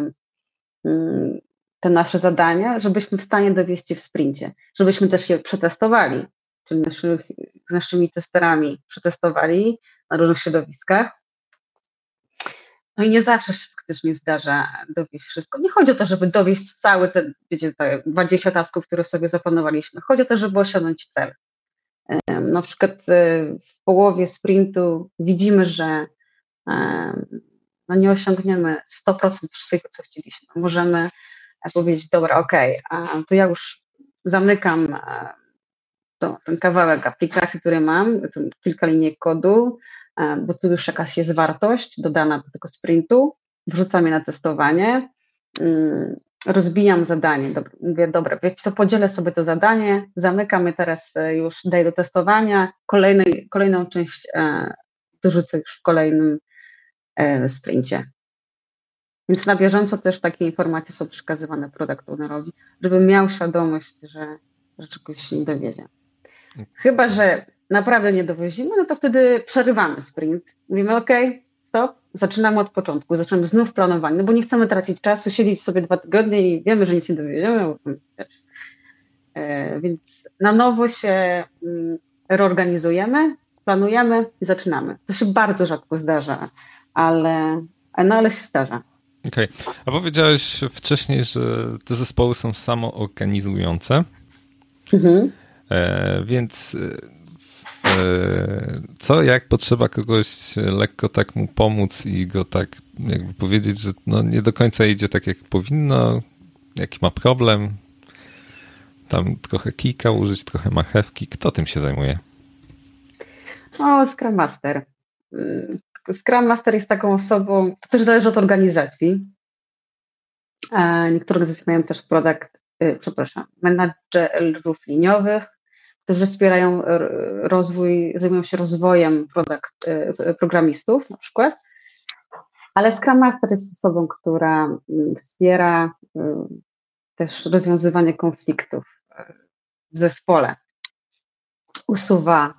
te nasze zadania, żebyśmy w stanie dowieść je w sprincie, żebyśmy też je przetestowali, czyli z naszymi testerami przetestowali na różnych środowiskach. No i nie zawsze się faktycznie zdarza dowieść wszystko. Nie chodzi o to, żeby dowieść cały ten, te 20 tasków, które sobie zaplanowaliśmy. Chodzi o to, żeby osiągnąć cel. Na przykład w połowie sprintu widzimy, że nie osiągniemy 100% wszystkiego, co chcieliśmy. Możemy powiedzieć, dobra, to ja już zamykam ten kawałek aplikacji, który mam, kilka linii kodu, bo tu już jakaś jest wartość dodana do tego sprintu, wrzucam je na testowanie, rozbijam zadanie, mówię, dobra, wiecie co, podzielę sobie to zadanie, zamykam je teraz, już daję do testowania, kolejną część dorzucę już w kolejnym sprincie. Więc na bieżąco też takie informacje są przekazywane product ownerowi, żeby miał świadomość, że czegoś nie dowiezie. Chyba że naprawdę nie dowozimy, no to wtedy przerywamy sprint. Mówimy stop, zaczynamy od początku, zaczynamy znów planowanie, no bo nie chcemy tracić czasu, siedzieć sobie 2 tygodnie i wiemy, że nic nie dowieziemy. Więc na nowo się reorganizujemy, planujemy i zaczynamy. To się bardzo rzadko zdarza, ale się zdarza. Okej. A powiedziałeś wcześniej, że te zespoły są samoorganizujące, więc jak potrzeba kogoś lekko tak mu pomóc i go tak jakby powiedzieć, że no nie do końca idzie tak jak powinno, jaki ma problem, tam trochę kijka użyć, trochę marchewki. Kto tym się zajmuje? O, Scrum Master. Scrum Master jest taką osobą, to też zależy od organizacji. Niektóre organizacje mają też menadżerów liniowych, którzy wspierają rozwój, zajmują się rozwojem programistów na przykład. Ale Scrum Master jest osobą, która wspiera też rozwiązywanie konfliktów w zespole. Usuwa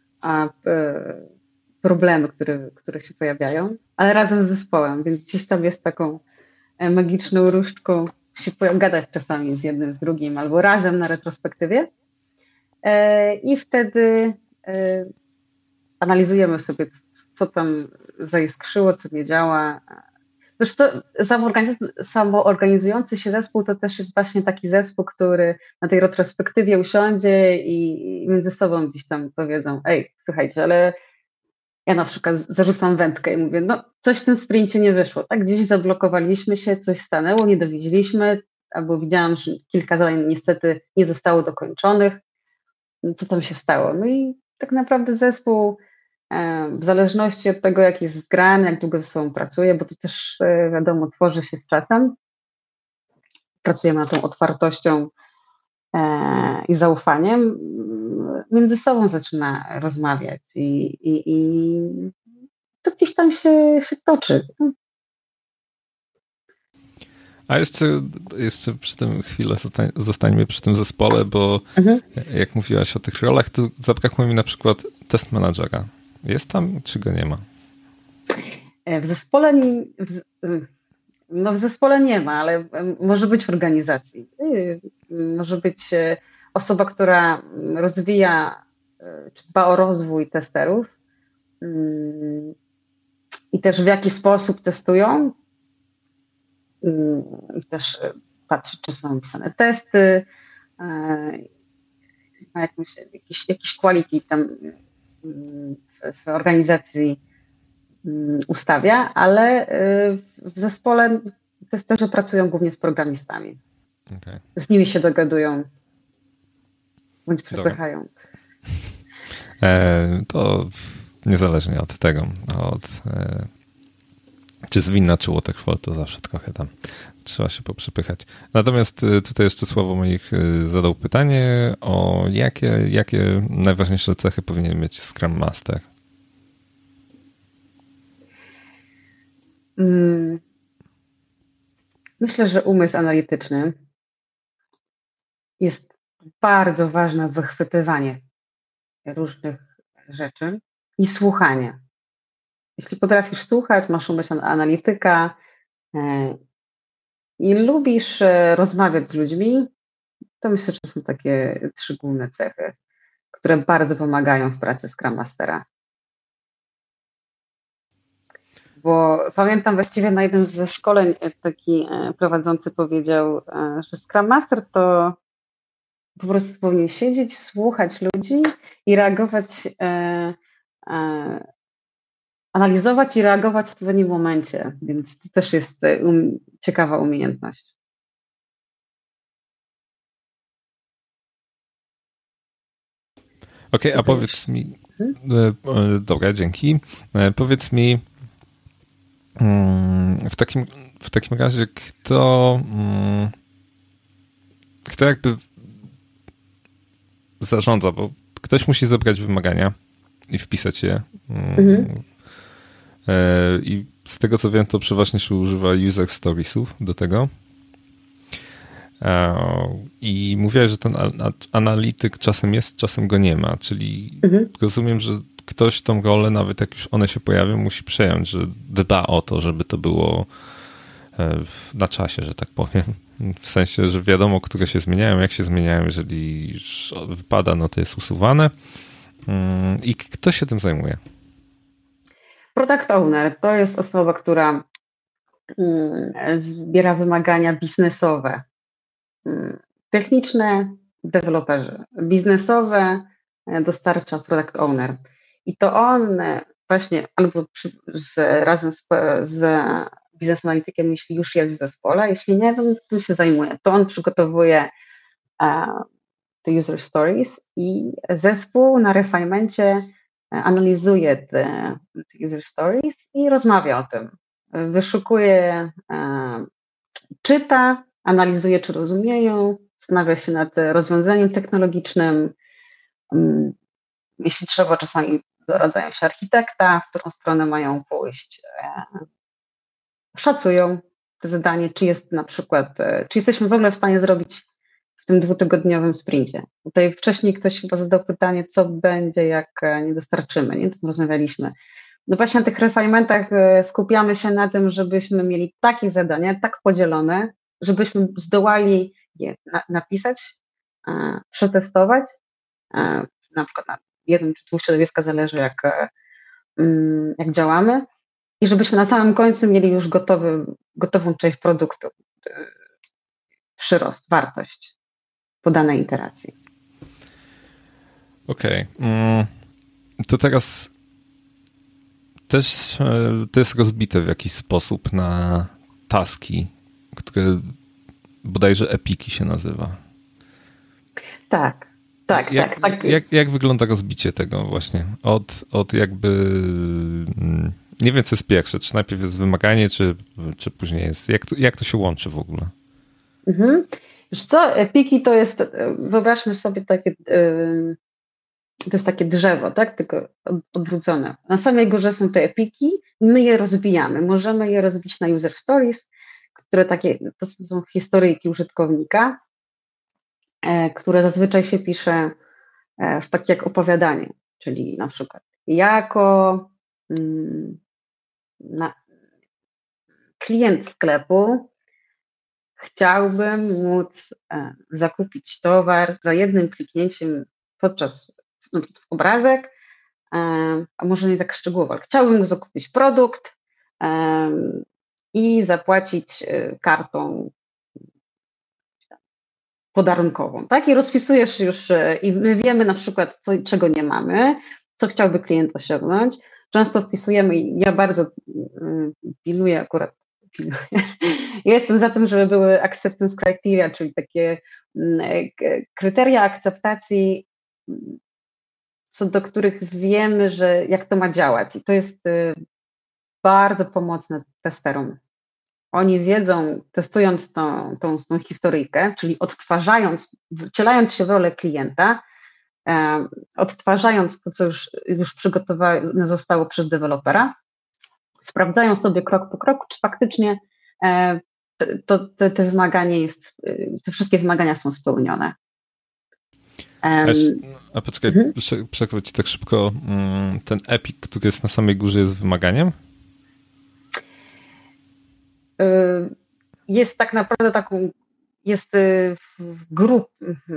problemy, które się pojawiają, ale razem z zespołem, więc gdzieś tam jest taką magiczną różdżką się gadać czasami z jednym, z drugim, albo razem na retrospektywie. I wtedy analizujemy sobie, co tam zaiskrzyło, co nie działa. Zresztą samoorganizujący się zespół to też jest właśnie taki zespół, który na tej retrospektywie usiądzie i między sobą gdzieś tam powiedzą: ej, słuchajcie, ale ja na przykład zarzucam wędkę i mówię, no coś w tym sprincie nie wyszło, tak? Gdzieś zablokowaliśmy się, coś stanęło, nie dowieźliśmy, albo widziałam, że kilka zadań niestety nie zostało dokończonych. Co tam się stało? No i tak naprawdę zespół, w zależności od tego, jak jest zgrany, jak długo ze sobą pracuje, bo to też wiadomo, tworzy się z czasem. Pracujemy nad tą otwartością i zaufaniem, między sobą zaczyna rozmawiać i to gdzieś tam się toczy. A jeszcze przy tym chwilę zostańmy przy tym zespole, bo jak mówiłaś o tych rolach, to zabrakło mi na przykład test managera. Jest tam, czy go nie ma? W zespole nie ma, ale może być w organizacji. Może być osoba, która rozwija czy dba o rozwój testerów i też w jaki sposób testują. I też patrzy, czy są pisane testy, jakiś quality tam w organizacji ustawia, ale w zespole testerzy pracują głównie z programistami. Okay. Z nimi się dogadują bądź przepychają. To niezależnie od tego, czy zwinna, czy waterfall, to zawsze trochę tam trzeba się poprzepychać. Natomiast tutaj jeszcze Sławo moich zadał pytanie o jakie najważniejsze cechy powinien mieć Scrum Master? Myślę, że umysł analityczny jest bardzo ważne, wychwytywanie różnych rzeczy i słuchanie. Jeśli potrafisz słuchać, masz umysł analityka i lubisz rozmawiać z ludźmi, to myślę, że są takie 3 główne cechy, które bardzo pomagają w pracy Scrum Mastera. Bo pamiętam właściwie na jednym ze szkoleń taki prowadzący powiedział, że Scrum Master to po prostu powinien siedzieć, słuchać ludzi i reagować, analizować i reagować w odpowiednim momencie, więc to też jest ciekawa umiejętność. Okej, a powiedz mi, dobra, dzięki. Powiedz mi, w takim razie, kto jakby zarządza, bo ktoś musi zebrać wymagania i wpisać je. I z tego co wiem, to przeważnie się używa user storiesów do tego. I mówiłaś, że ten analityk czasem jest, czasem go nie ma, czyli rozumiem, że ktoś tą rolę, nawet jak już one się pojawią, musi przejąć, że dba o to, żeby to było na czasie, że tak powiem. W sensie, że wiadomo, które się zmieniają, jak się zmieniają, jeżeli już wypada, no to jest usuwane. I kto się tym zajmuje? Product owner to jest osoba, która zbiera wymagania biznesowe. Techniczne deweloperzy, biznesowe dostarcza product owner. I to on właśnie albo razem z biznes analitykiem, jeśli już jest w zespole, jeśli nie, to tym się zajmuje. To on przygotowuje te user stories i zespół na refinemencie analizuje te user stories i rozmawia o tym. Wyszukuje, czyta, analizuje, czy rozumieją, zastanawia się nad rozwiązaniem technologicznym. Jeśli trzeba, czasami doradzają się architekta, w którą stronę mają pójść. Szacują to zadanie, czy jest na przykład, czy jesteśmy w ogóle w stanie zrobić w tym 2-tygodniowym sprincie. Tutaj wcześniej ktoś chyba zadał pytanie, co będzie, jak nie dostarczymy, nie? To rozmawialiśmy. No właśnie na tych refinementach skupiamy się na tym, żebyśmy mieli takie zadania, tak podzielone, żebyśmy zdołali je napisać, przetestować, na przykład na jednym czy dwóch środowiskach, zależy jak działamy, i żebyśmy na samym końcu mieli już gotową część produktu, przyrost, wartość po danej iteracji. Okej. To teraz też to jest rozbite w jakiś sposób na taski, które bodajże epiki się nazywa. Tak. Jak wygląda rozbicie tego właśnie? Od jakby... Nie wiem, co jest pierwsze. Czy najpierw jest wymaganie, czy później jest... Jak to się łączy w ogóle? Wiesz co, epiki to jest... Wyobraźmy sobie takie... To jest takie drzewo, tak? Tylko odwrócone. Na samej górze są te epiki i my je rozbijamy. Możemy je rozbić na user stories, które to są historyjki użytkownika, które zazwyczaj się pisze w takie jak opowiadanie, czyli na przykład jako klient sklepu chciałbym móc zakupić towar za jednym kliknięciem podczas obrazek, a może nie tak szczegółowo, ale chciałbym zakupić produkt i zapłacić kartą podarunkową, tak? I rozpisujesz już i my wiemy na przykład, czego nie mamy, co chciałby klient osiągnąć. Często wpisujemy, ja bardzo pilnuję. Ja jestem za tym, żeby były acceptance criteria, czyli takie kryteria akceptacji, co do których wiemy, że jak to ma działać. I to jest bardzo pomocne testerom. Oni wiedzą, testując tą historyjkę, czyli wcielając się w rolę klienta, odtwarzając to, co już przygotowane zostało przez dewelopera, sprawdzają sobie krok po kroku, czy faktycznie te wymaganie te wszystkie wymagania są spełnione. A poczekaj, przerwę ci tak szybko. Ten epic, który jest na samej górze, jest wymaganiem? Jest tak naprawdę jest w grupie,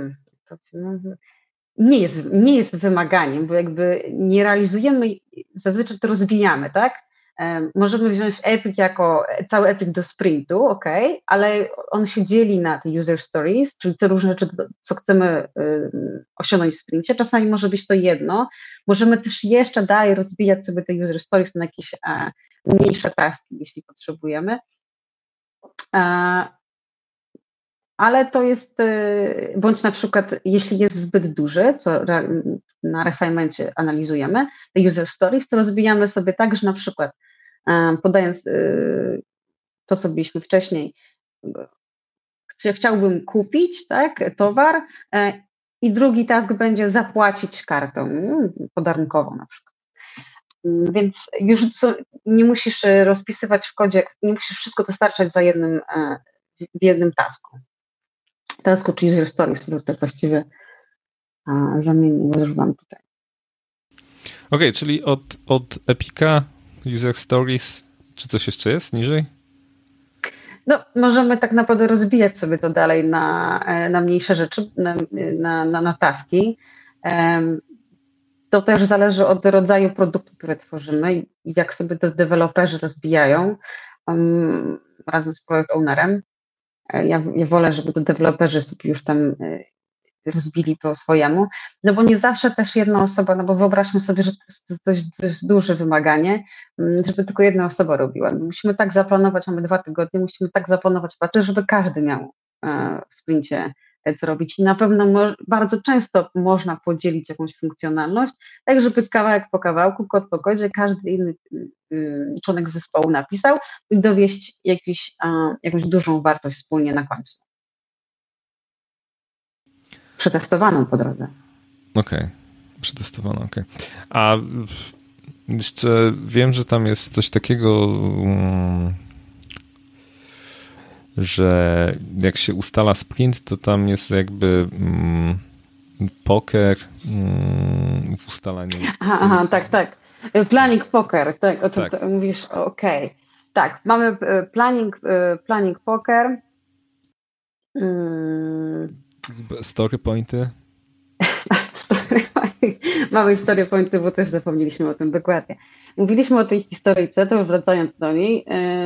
nie jest wymaganiem, bo jakby nie realizujemy, zazwyczaj to rozbijamy, tak? Możemy wziąć epic jako cały epic do sprintu, ok, ale on się dzieli na te user stories, czyli te różne rzeczy, co chcemy osiągnąć w sprincie. Czasami może być to jedno. Możemy też jeszcze dalej rozbijać sobie te user stories na jakieś mniejsze taski, jeśli potrzebujemy. Ale to jest, bądź na przykład, jeśli jest zbyt duży, co na refinemencie analizujemy, te user stories, to rozbijamy sobie tak, że na przykład podając to, co byliśmy wcześniej, chciałbym kupić, tak, towar i drugi task będzie zapłacić kartą podarunkową na przykład. Więc już nie musisz rozpisywać w kodzie, nie musisz wszystko dostarczać w jednym tasku, czy user stories, to tak właściwie używam tutaj. Okej, czyli od Epika, user stories, czy coś jeszcze jest niżej? No, możemy tak naprawdę rozbijać sobie to dalej na mniejsze rzeczy, na taski. To też zależy od rodzaju produktu, który tworzymy i jak sobie to deweloperzy rozbijają razem z product ownerem. Ja wolę, żeby to deweloperzy sobie już tam rozbili po swojemu, no bo nie zawsze też jedna osoba, no bo wyobraźmy sobie, że to jest dość duże wymaganie, żeby tylko jedna osoba robiła. Musimy tak zaplanować, mamy 2 tygodnie, musimy tak zaplanować pracę, żeby każdy miał w sprincie co robić. I na pewno bardzo często można podzielić jakąś funkcjonalność, tak żeby kawałek po kawałku, kod po kodzie, każdy inny członek zespołu napisał i dowieść jakąś dużą wartość wspólnie na końcu. Przetestowaną po drodze. Okej, przetestowaną, okej. A jeszcze wiem, że tam jest coś takiego, że jak się ustala sprint, to tam jest jakby poker w ustalaniu. Aha, tak. Planning poker, tak, o tym Tak. mówisz, okej. Tak, mamy planning poker. Story pointy. Mamy story pointy, bo też zapomnieliśmy o tym dokładnie. Mówiliśmy o tej historyjce, to już wracając do niej,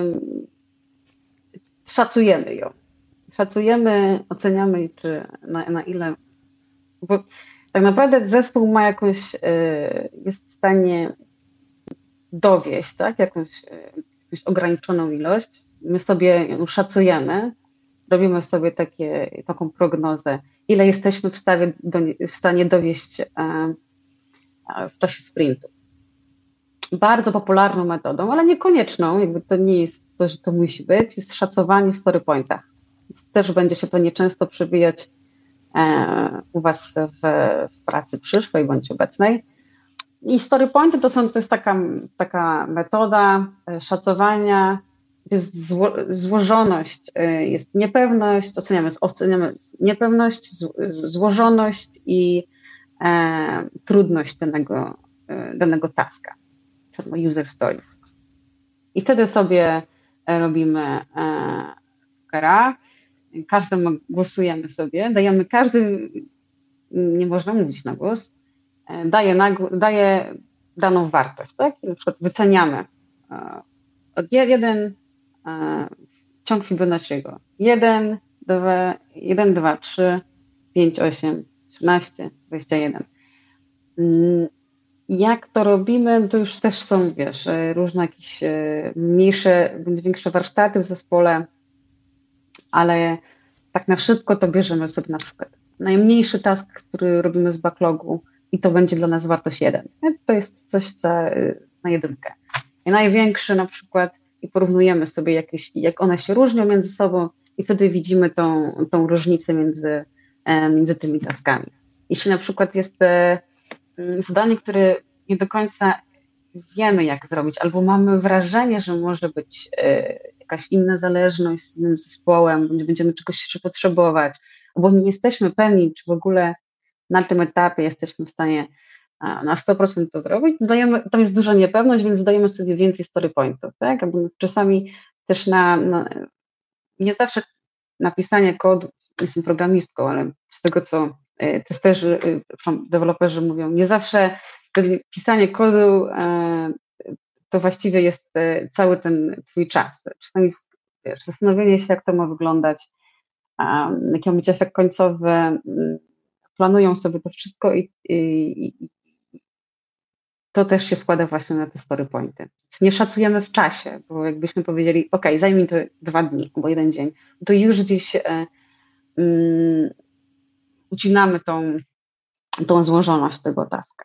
szacujemy ją. Szacujemy, oceniamy, czy na ile, bo tak naprawdę zespół ma jest w stanie dowieść, tak, jakąś ograniczoną ilość. My sobie ją szacujemy, robimy sobie taką prognozę, ile jesteśmy w stanie dowieść w czasie sprintu. Bardzo popularną metodą, ale niekonieczną, jakby to nie jest to, że to musi być, jest szacowanie w story pointach. Więc też będzie się pewnie często przewijać u Was w pracy przyszłej bądź obecnej. I story pointy to jest taka metoda szacowania, jest złożoność, jest niepewność, oceniamy niepewność, złożoność i trudność danego taska, czyli user stories. I wtedy sobie robimy pokera, głosujemy sobie, każdy, nie można mówić na głos, daje daną wartość, tak? I na przykład wyceniamy od 1 ciąg Fibonacciego. 1, 2, 3, 5, 8, 13, 21. Jak to robimy, to już też są, różne jakieś mniejsze, bądź większe warsztaty w zespole, ale tak na szybko to bierzemy sobie na przykład najmniejszy task, który robimy z backlogu i to będzie dla nas wartość 1. To jest coś na 1. I największy na przykład i porównujemy sobie jak one się różnią między sobą i wtedy widzimy tą różnicę między tymi taskami. Jeśli na przykład jest zadanie, które nie do końca wiemy, jak zrobić, albo mamy wrażenie, że może być jakaś inna zależność z innym zespołem, będziemy czegoś jeszcze potrzebować, albo nie jesteśmy pewni, czy w ogóle na tym etapie jesteśmy w stanie na 100% to zrobić, tam jest duża niepewność, więc dodajemy sobie więcej story pointów, tak? Albo czasami też nie zawsze napisanie kodu, jestem programistką, ale z tego, co testerzy, deweloperzy mówią, nie zawsze pisanie kodu to właściwie jest cały ten twój czas. Czasami zastanowienie się, jak to ma wyglądać, jaki ma być efekt końcowy, planują sobie to wszystko i to też się składa właśnie na te story pointy. Więc nie szacujemy w czasie, bo jakbyśmy powiedzieli, ok, zajmie mi to 2 dni albo 1 dzień, to już gdzieś ucinamy tą złożoność tego taska.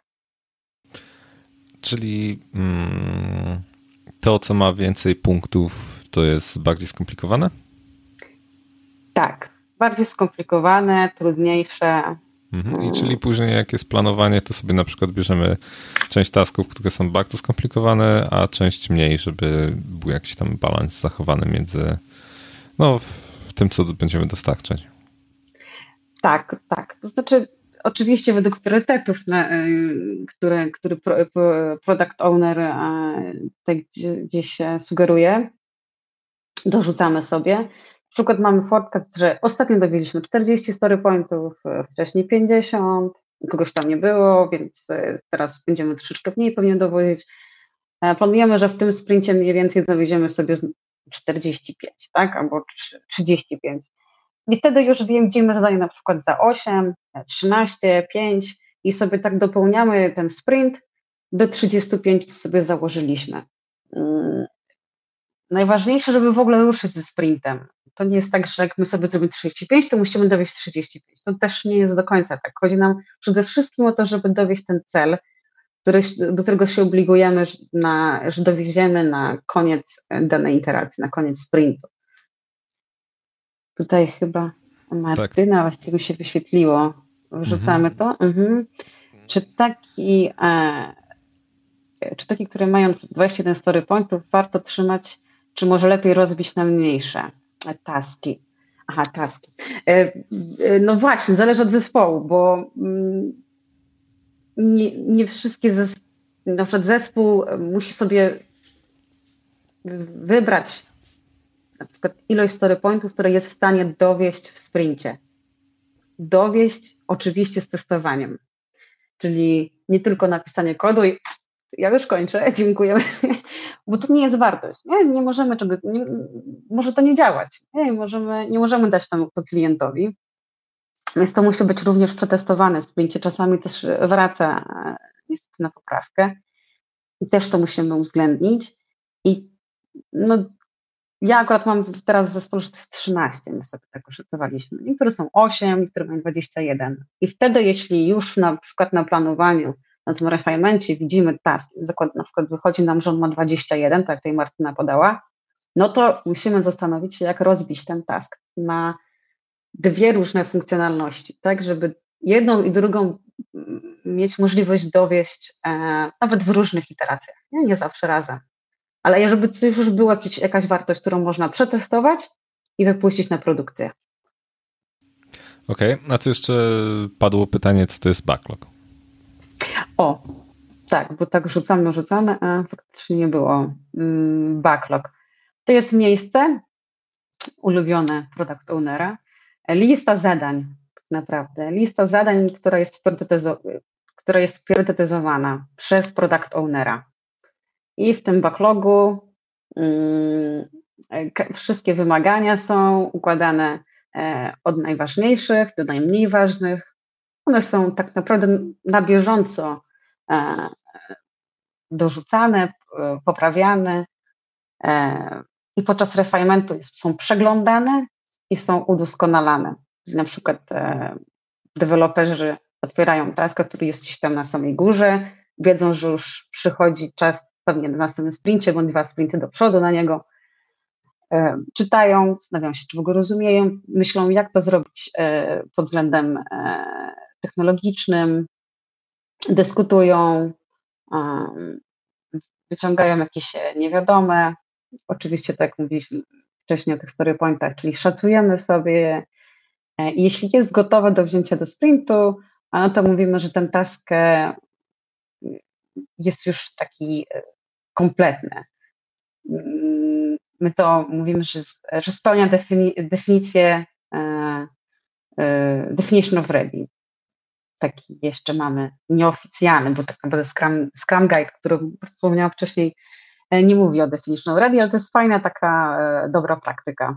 Czyli to, co ma więcej punktów, to jest bardziej skomplikowane? Tak, bardziej skomplikowane, trudniejsze. I czyli później jak jest planowanie, to sobie na przykład bierzemy część tasków, które są bardzo skomplikowane, a część mniej, żeby był jakiś tam balans zachowany między w tym, co będziemy dostarczać. Tak. To znaczy oczywiście według priorytetów, który product owner gdzieś sugeruje, dorzucamy sobie. Na przykład mamy forecast, że ostatnio dowiedzieliśmy 40 story pointów, wcześniej 50, kogoś tam nie było, więc teraz będziemy troszeczkę mniej pewnie dowodzić. Planujemy, że w tym sprincie mniej więcej dowieziemy sobie 45, tak, albo 35. I wtedy już widzimy zadanie na przykład za 8, 13, 5 i sobie tak dopełniamy ten sprint do 35 sobie założyliśmy. Najważniejsze, żeby w ogóle ruszyć ze sprintem. To nie jest tak, że jak my sobie zrobimy 35, to musimy dowieść 35. To też nie jest do końca tak. Chodzi nam przede wszystkim o to, żeby dowieść ten cel, do którego się obligujemy, że dowieziemy na koniec danej iteracji, na koniec sprintu. Tutaj chyba Martyna właściwie się wyświetliło. Wrzucamy to. Czy taki, które mają 21 story pointów, warto trzymać, czy może lepiej rozbić na mniejsze taski? Aha, taski. No właśnie, zależy od zespołu, bo nie wszystkie na przykład zespół musi sobie wybrać na przykład ilość story pointów, które jest w stanie dowieść w sprincie. Dowieść oczywiście z testowaniem, czyli nie tylko napisanie kodu i ja już kończę, dziękujemy, bo to nie jest wartość. Nie możemy może to nie działać. Nie możemy dać to klientowi. Więc to musi być również przetestowane w sprincie. Czasami też wraca niestety na poprawkę i też to musimy uwzględnić. I no, ja akurat mam teraz zespół, że to jest 13, my sobie tak oszacowaliśmy. Niektóre są 8, niektóre mają 21. I wtedy, jeśli już na przykład na planowaniu, na tym refinemencie widzimy task, na przykład wychodzi nam, że on ma 21, tak jak tutaj Martyna podała, no to musimy zastanowić się, jak rozbić ten task na dwie różne funkcjonalności, tak, żeby jedną i drugą mieć możliwość dowieść nawet w różnych iteracjach, nie zawsze razem. Ale żeby to już była jakaś wartość, którą można przetestować i wypuścić na produkcję. Okej, a co jeszcze padło pytanie, co to jest backlog? O, tak, bo tak rzucamy, a faktycznie nie było. Backlog. To jest miejsce ulubione product ownera, lista zadań, tak naprawdę. Lista zadań, która jest priorytetyzowana przez product ownera. I w tym backlogu wszystkie wymagania są układane od najważniejszych do najmniej ważnych. One są tak naprawdę na bieżąco dorzucane, poprawiane i podczas refinementu są przeglądane i są udoskonalane. Na przykład deweloperzy otwierają taska, który jest gdzieś tam na samej górze, wiedzą, że już przychodzi czas pewnie na następnym sprincie, bądź 2 sprinty do przodu na niego, czytają, zastanawiają się, czy w ogóle rozumieją, myślą, jak to zrobić pod względem technologicznym, dyskutują, wyciągają jakieś niewiadome, oczywiście tak jak mówiliśmy wcześniej o tych story pointach, czyli szacujemy sobie, jeśli jest gotowe do wzięcia do sprintu, no to mówimy, że ten task jest już taki kompletny. My to mówimy, że spełnia definicję definition of ready. Taki jeszcze mamy nieoficjalny, bo tak naprawdę Scrum Guide, który wspomniałam wcześniej, nie mówi o definition of ready, ale to jest fajna taka dobra praktyka.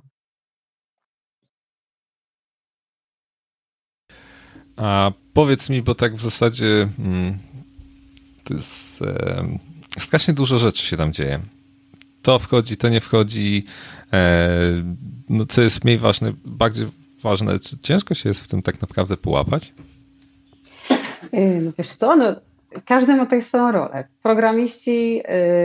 A powiedz mi, bo tak w zasadzie to jest strasznie dużo rzeczy się tam dzieje. To wchodzi, to nie wchodzi, no co jest mniej ważne, bardziej ważne, czy ciężko się jest w tym tak naprawdę połapać? No wiesz co, no, każdy ma tutaj swoją rolę. Programiści,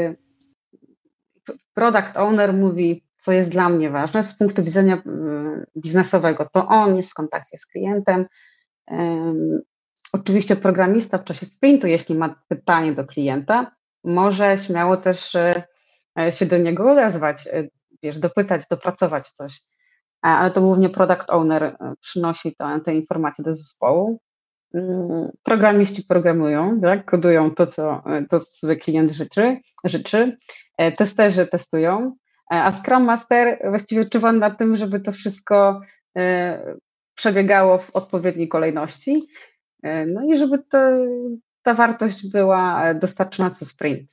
product owner mówi, co jest dla mnie ważne z punktu widzenia biznesowego. To on jest w kontakcie z klientem. Oczywiście programista w czasie sprintu, jeśli ma pytanie do klienta, może śmiało też się do niego odezwać, dopytać, dopracować coś. Ale to głównie product owner przynosi te informacje do zespołu. Programiści programują, tak? Kodują to, co sobie klient życzy. Testerzy testują, a Scrum Master właściwie czuwa nad tym, żeby to wszystko przebiegało w odpowiedniej kolejności, no i żeby ta wartość była dostarczona co sprint.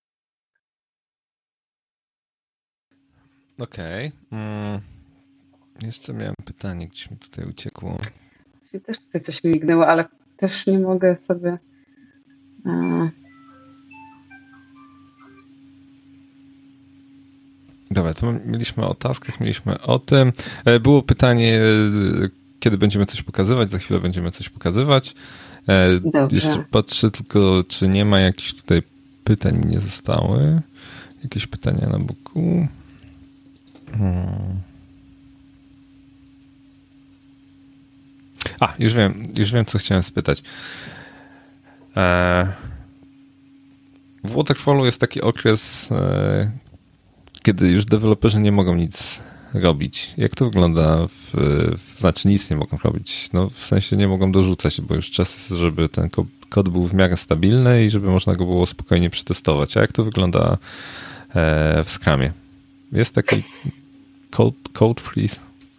Okej. Jeszcze miałem pytanie, gdzieś mi tutaj uciekło. Też tutaj coś mi mignęło, ale też nie mogę sobie... Dobra, to mieliśmy o taskach, mieliśmy o tym. Było pytanie, kiedy będziemy coś pokazywać. Za chwilę będziemy coś pokazywać. Dobrze. Jeszcze patrzę tylko, czy nie ma jakichś tutaj pytań nie zostały. Jakieś pytania na boku. Już wiem, co chciałem spytać. W Waterfallu jest taki okres, kiedy już deweloperzy nie mogą nic robić. Jak to wygląda? Znaczy nic nie mogą robić. No, w sensie nie mogą dorzucać, bo już czas jest, żeby ten kod był w miarę stabilny i żeby można go było spokojnie przetestować. A jak to wygląda w Scrumie? Jest taki code freeze?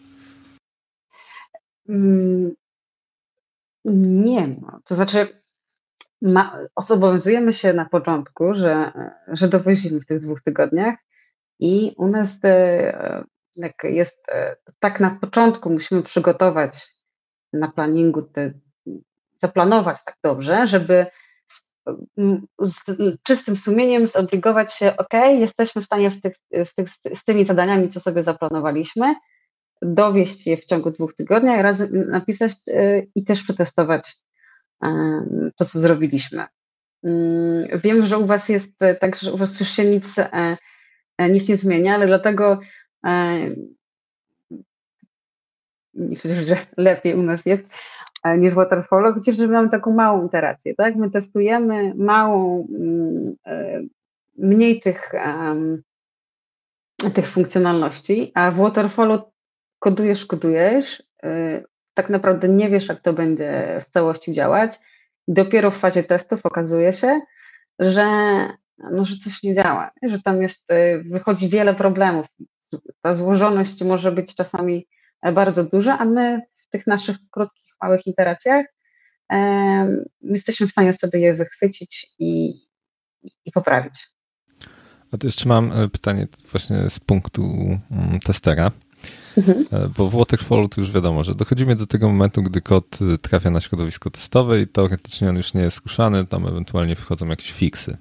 Nie ma. To znaczy obowiązujemy się na początku, że dowozimy w tych 2 tygodniach i u nas jest tak na początku musimy przygotować na planningu, zaplanować tak dobrze, żeby z czystym sumieniem zobligować się, jesteśmy w stanie z tymi zadaniami, co sobie zaplanowaliśmy, dowieść je w ciągu 2 tygodni, a razem napisać i też przetestować to, co zrobiliśmy. Wiem, że u Was jest tak, że u Was już się nic nie zmienia, ale dlatego myślę, że lepiej u nas jest niż w Waterfallu, chociaż że mamy taką małą iterację, tak? My testujemy mniej tych funkcjonalności, a w Waterfallu kodujesz, tak naprawdę nie wiesz, jak to będzie w całości działać. Dopiero w fazie testów okazuje się, że coś nie działa, że tam wychodzi wiele problemów. Ta złożoność może być czasami bardzo duża, a my w tych naszych krótkich, małych iteracjach jesteśmy w stanie sobie je wychwycić i poprawić. A to jeszcze mam pytanie właśnie z punktu testera. Bo w Waterfallu to już wiadomo, że dochodzimy do tego momentu, gdy kod trafia na środowisko testowe i teoretycznie on już nie jest ruszany, tam ewentualnie wchodzą jakieś fiksy.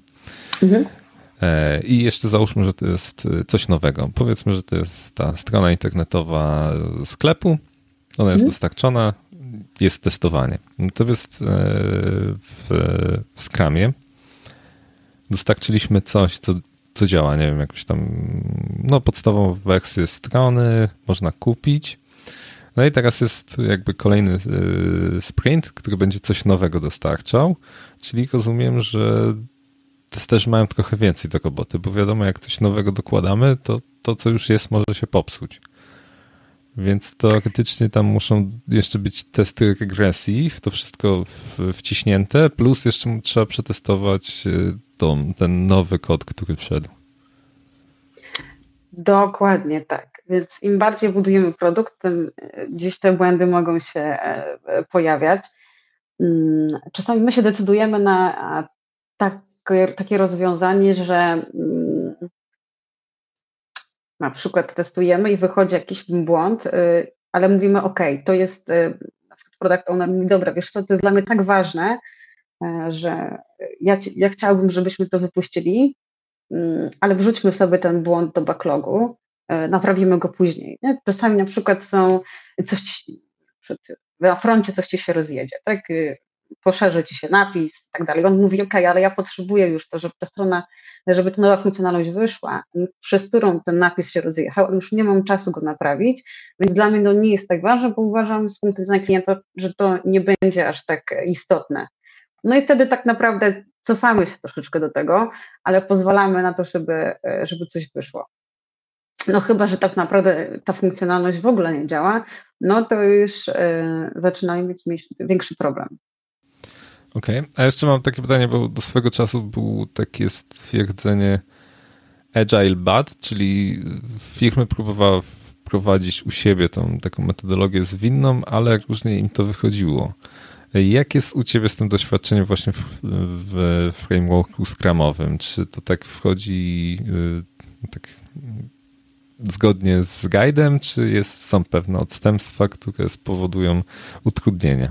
I jeszcze załóżmy, że to jest coś nowego. Powiedzmy, że to jest ta strona internetowa sklepu, ona jest dostarczona, jest testowanie. Natomiast w Scrumie dostarczyliśmy coś, co działa, nie wiem, jakąś tam podstawową wersję strony można kupić. No i teraz jest jakby kolejny sprint, który będzie coś nowego dostarczał, czyli rozumiem, że testerzy mają trochę więcej do roboty, bo wiadomo, jak coś nowego dokładamy, to co już jest, może się popsuć. Więc teoretycznie tam muszą jeszcze być testy regresji, w to wszystko wciśnięte, plus jeszcze trzeba przetestować ten nowy kod, który wszedł. Dokładnie tak. Więc im bardziej budujemy produkt, tym gdzieś te błędy mogą się pojawiać. Czasami my się decydujemy na takie rozwiązanie, że na przykład testujemy i wychodzi jakiś błąd, ale mówimy, to jest na przykład product owner mówi, dobra, wiesz co, to jest dla mnie tak ważne, że ja chciałbym, żebyśmy to wypuścili, ale wrzućmy sobie ten błąd do backlogu, naprawimy go później. Nie? Czasami na przykład na froncie coś ci się rozjedzie, tak? Poszerzy ci się napis i tak dalej. On mówi, ale ja potrzebuję już to, żeby ta nowa funkcjonalność wyszła, przez którą ten napis się rozjechał, ale już nie mam czasu go naprawić, więc dla mnie to nie jest tak ważne, bo uważam z punktu widzenia klienta, że to nie będzie aż tak istotne. No i wtedy tak naprawdę cofamy się troszeczkę do tego, ale pozwalamy na to, żeby coś wyszło. No chyba, że tak naprawdę ta funkcjonalność w ogóle nie działa, no to już zaczynamy mieć większy problem. Okej, a jeszcze mam takie pytanie, bo do swego czasu było takie stwierdzenie agile bad, czyli firmy próbowała wprowadzić u siebie tą taką metodologię zwinną, ale różnie im to wychodziło. Jak jest u Ciebie z tym doświadczeniem właśnie w frameworku scrumowym? Czy to tak wchodzi tak zgodnie z guidem, czy są pewne odstępstwa, które spowodują utrudnienia?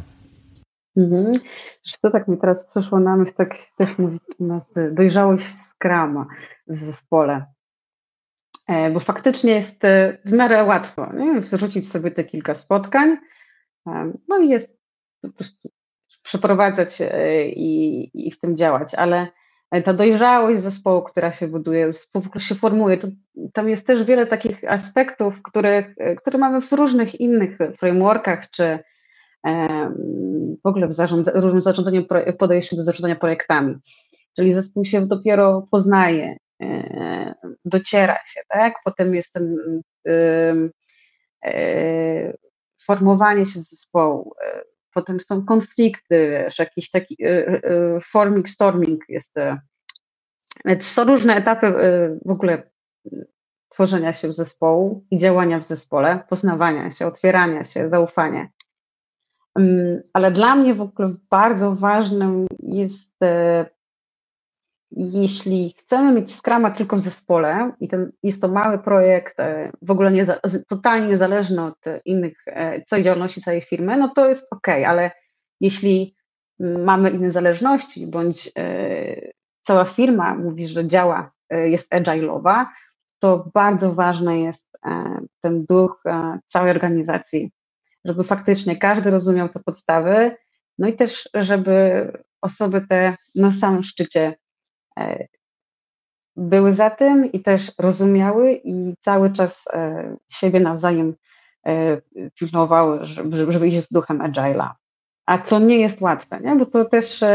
To tak mi teraz przyszło na myśl, tak też mówi u nas dojrzałość Scruma w zespole. Bo faktycznie jest w miarę łatwo, nie? Wrzucić sobie te kilka spotkań, no i jest po prostu przeprowadzać i w tym działać, ale ta dojrzałość zespołu, która się buduje, się formuje, to tam jest też wiele takich aspektów, które mamy w różnych innych frameworkach, czy w ogóle w różnym zarządzaniu, podejściu do zarządzania projektami. Czyli zespół się dopiero poznaje, dociera się, tak? Potem jest ten formowanie się zespołu, potem są konflikty, wiesz, jakiś taki forming, storming jest. Są różne etapy w ogóle tworzenia się zespołu i działania w zespole, poznawania się, otwierania się, zaufania. Ale dla mnie w ogóle bardzo ważnym jest, jeśli chcemy mieć Scruma tylko w zespole i jest to mały projekt, w ogóle totalnie niezależny od innych, całej działalności całej firmy, no to jest okej, ale jeśli mamy inne zależności, bądź cała firma mówi, że działa, jest agile'owa, to bardzo ważny jest ten duch całej organizacji, żeby faktycznie każdy rozumiał te podstawy, no i też, żeby osoby te na samym szczycie były za tym i też rozumiały i cały czas siebie nawzajem pilnowały, żeby iść z duchem agile'a. A co nie jest łatwe, nie? Bo to też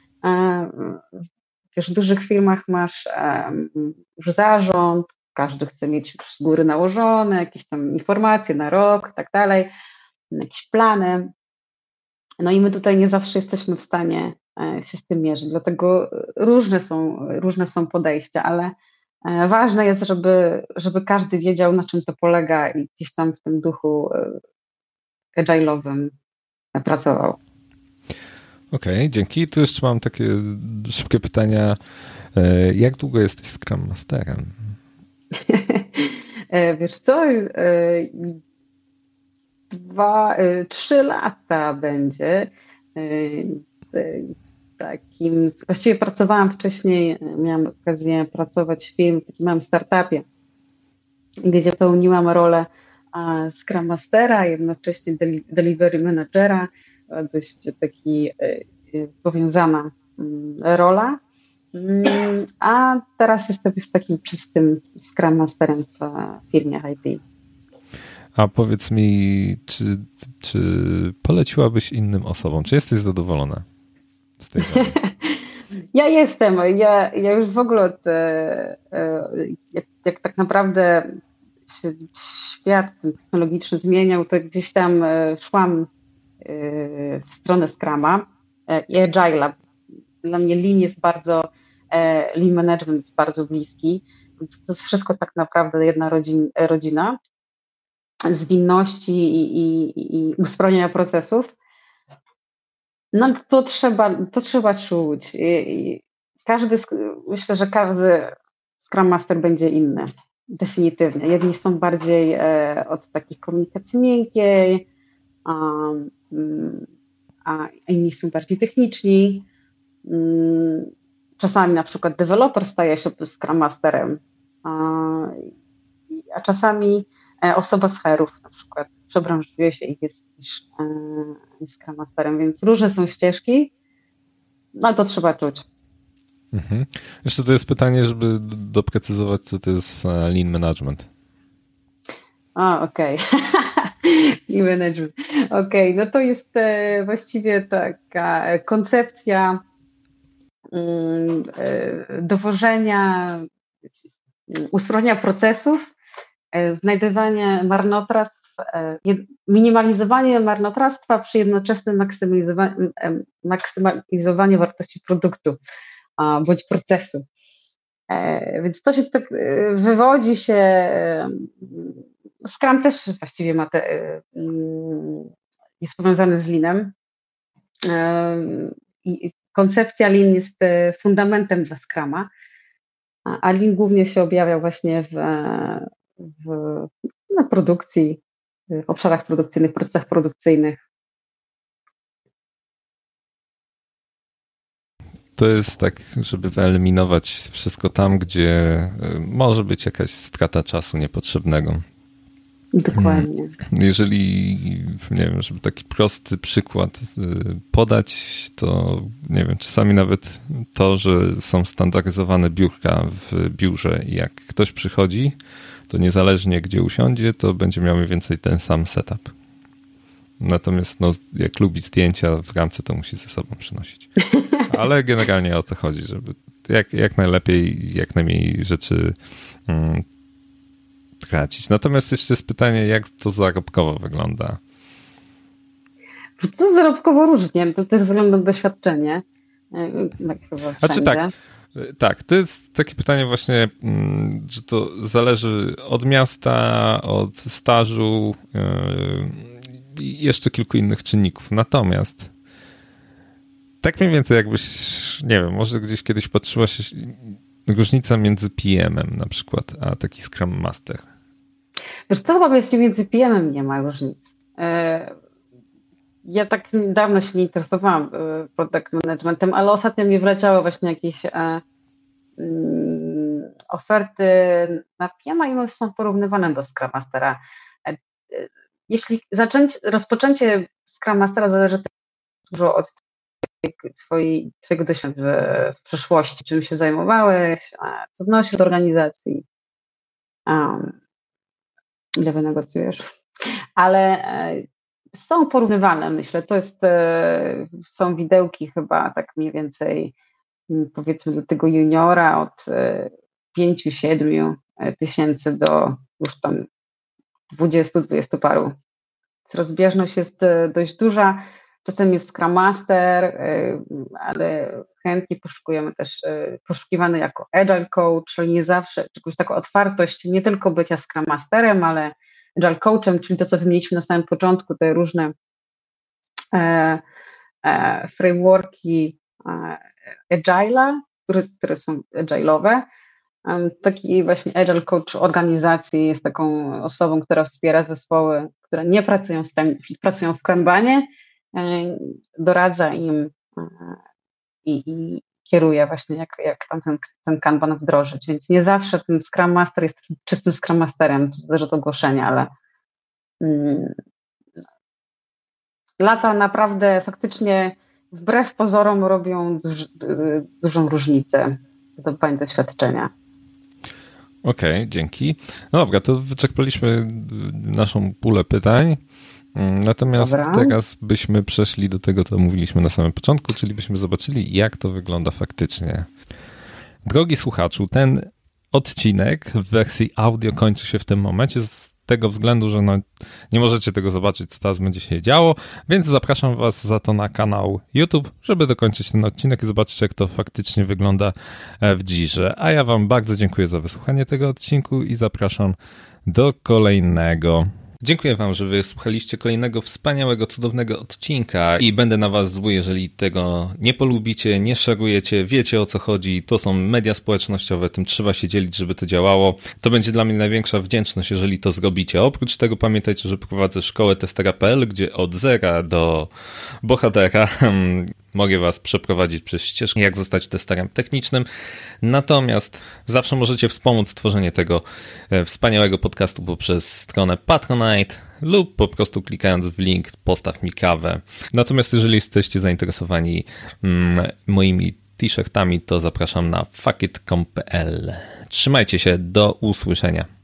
wiesz, w dużych firmach masz już zarząd, każdy chce mieć już z góry nałożone, jakieś tam informacje na rok i tak dalej, jakieś plany. No i my tutaj nie zawsze jesteśmy w stanie się z tym mierzyć, dlatego różne są podejścia, ale ważne jest, żeby każdy wiedział, na czym to polega i gdzieś tam w tym duchu agile'owym pracował. Okej, dzięki. Tu jeszcze mam takie szybkie pytania. Jak długo jesteś Scrum Masterem? Wiesz co, 3 lata będzie. Właściwie pracowałam wcześniej, miałam okazję pracować w firmie, w takim małym startupie, gdzie pełniłam rolę Scrum Mastera, jednocześnie Delivery Managera, dość taki powiązana rola. A teraz jestem już takim czystym Scrum Masterem w firmie IT. A powiedz mi, czy poleciłabyś innym osobom? Czy jesteś zadowolona z tej roli? Ja jestem. Ja już w ogóle jak tak naprawdę się świat technologiczny zmieniał, to gdzieś tam szłam w stronę Scruma i Agile'a. Dla mnie Lean Management jest bardzo bliski, więc to jest wszystko tak naprawdę jedna rodzina zwinności i usprawnienia procesów. No to trzeba czuć. Myślę, że każdy Scrum Master będzie inny. Definitywnie. Jedni są bardziej od takiej komunikacji miękkiej, a inni są bardziej techniczni. Czasami na przykład deweloper staje się Scrum Masterem, a czasami osoba z HR-ów na przykład przebranżuje się i jest Scrum Masterem, więc różne są ścieżki, no ale to trzeba czuć. Mhm. Jeszcze to jest pytanie, żeby doprecyzować, co to jest Lean Management. Okej. Lean Management. Okej, no to jest właściwie taka koncepcja dowożenia, usprawnienia procesów, znajdywanie marnotrawstw, minimalizowanie marnotrawstwa przy jednoczesnym maksymalizowaniu wartości produktu bądź procesu. Więc to się tak wywodzi się. Scrum też właściwie jest powiązany z Leanem. I koncepcja Lean jest fundamentem dla Scruma, a Lean głównie się objawia właśnie na produkcji, w obszarach produkcyjnych, procesach produkcyjnych. To jest tak, żeby wyeliminować wszystko tam, gdzie może być jakaś strata czasu niepotrzebnego. Dokładnie. Jeżeli, nie wiem, żeby taki prosty przykład podać, to nie wiem, czasami nawet to, że są standaryzowane biurka w biurze i jak ktoś przychodzi, to niezależnie gdzie usiądzie, to będzie miał mniej więcej ten sam setup. Natomiast no, jak lubi zdjęcia w ramce, to musi ze sobą przynosić. Ale generalnie o co chodzi, żeby jak najlepiej, jak najmniej rzeczy tracić. Natomiast jeszcze jest pytanie, jak to zarobkowo wygląda? To zarobkowo różnie, to też względem na doświadczenie. Tak chyba wszędzie. Tak, to jest takie pytanie właśnie, że to zależy od miasta, od stażu i jeszcze kilku innych czynników. Natomiast tak mniej więcej jakbyś, nie wiem, może gdzieś kiedyś patrzyłaś różnica między PM-em na przykład, a taki Scrum Master. Wiesz co, chyba między PM-em nie ma różnic. Ja tak dawno się nie interesowałam product managementem, ale ostatnio mi wleciały właśnie jakieś oferty na PM-a i one są porównywane do Scrum Mastera. Jeśli rozpoczęcie Scrum Mastera zależy dużo od twojego doświadczenia w przeszłości, czym się zajmowałeś, co wnosisz do organizacji, ile wynegocjujesz. Ale są porównywalne, myślę. Są widełki chyba tak mniej więcej, powiedzmy, do tego juniora od 5-7 tysięcy do już tam 20 paru. Rozbieżność jest dość duża. Czasem jest Scrum Master, ale chętnie poszukiwany jako Agile Coach, czyli nie zawsze, jakąś taką otwartość, nie tylko bycia Scrum Masterem, ale Agile Coachem, czyli to, co wymieniliśmy na samym początku, te różne frameworki Agile'a, które są agile'owe. Taki właśnie Agile Coach organizacji jest taką osobą, która wspiera zespoły, które nie pracują pracują w Kanbanie, doradza im i kieruje właśnie, jak tam ten Kanban wdrożyć. Więc nie zawsze ten Scrum Master jest takim czystym Scrum Masterem, to zależy od ogłoszenia, ale lata naprawdę faktycznie wbrew pozorom robią dużą różnicę w zdobywaniu doświadczenia. Okej, dzięki. No dobra, to wyczerpaliśmy naszą pulę pytań. Natomiast teraz byśmy przeszli do tego, co mówiliśmy na samym początku, czyli byśmy zobaczyli, jak to wygląda faktycznie. Drogi słuchaczu, ten odcinek w wersji audio kończy się w tym momencie z tego względu, że nie możecie tego zobaczyć, co teraz będzie się działo, więc zapraszam was za to na kanał YouTube, żeby dokończyć ten odcinek i zobaczyć, jak to faktycznie wygląda w Jirze. A ja wam bardzo dziękuję za wysłuchanie tego odcinku i zapraszam do kolejnego. Dziękuję wam, że wysłuchaliście kolejnego wspaniałego, cudownego odcinka i będę na was zły, jeżeli tego nie polubicie, nie szerujecie, wiecie o co chodzi, to są media społecznościowe, tym trzeba się dzielić, żeby to działało. To będzie dla mnie największa wdzięczność, jeżeli to zrobicie. Oprócz tego pamiętajcie, że prowadzę szkołę testera.pl, gdzie od zera do bohatera mogę was przeprowadzić przez ścieżkę, jak zostać testerem technicznym. Natomiast zawsze możecie wspomóc tworzenie tego wspaniałego podcastu poprzez stronę Patronite lub po prostu klikając w link postaw mi kawę. Natomiast jeżeli jesteście zainteresowani moimi t-shirtami, to zapraszam na fuckit.com.pl. Trzymajcie się, do usłyszenia.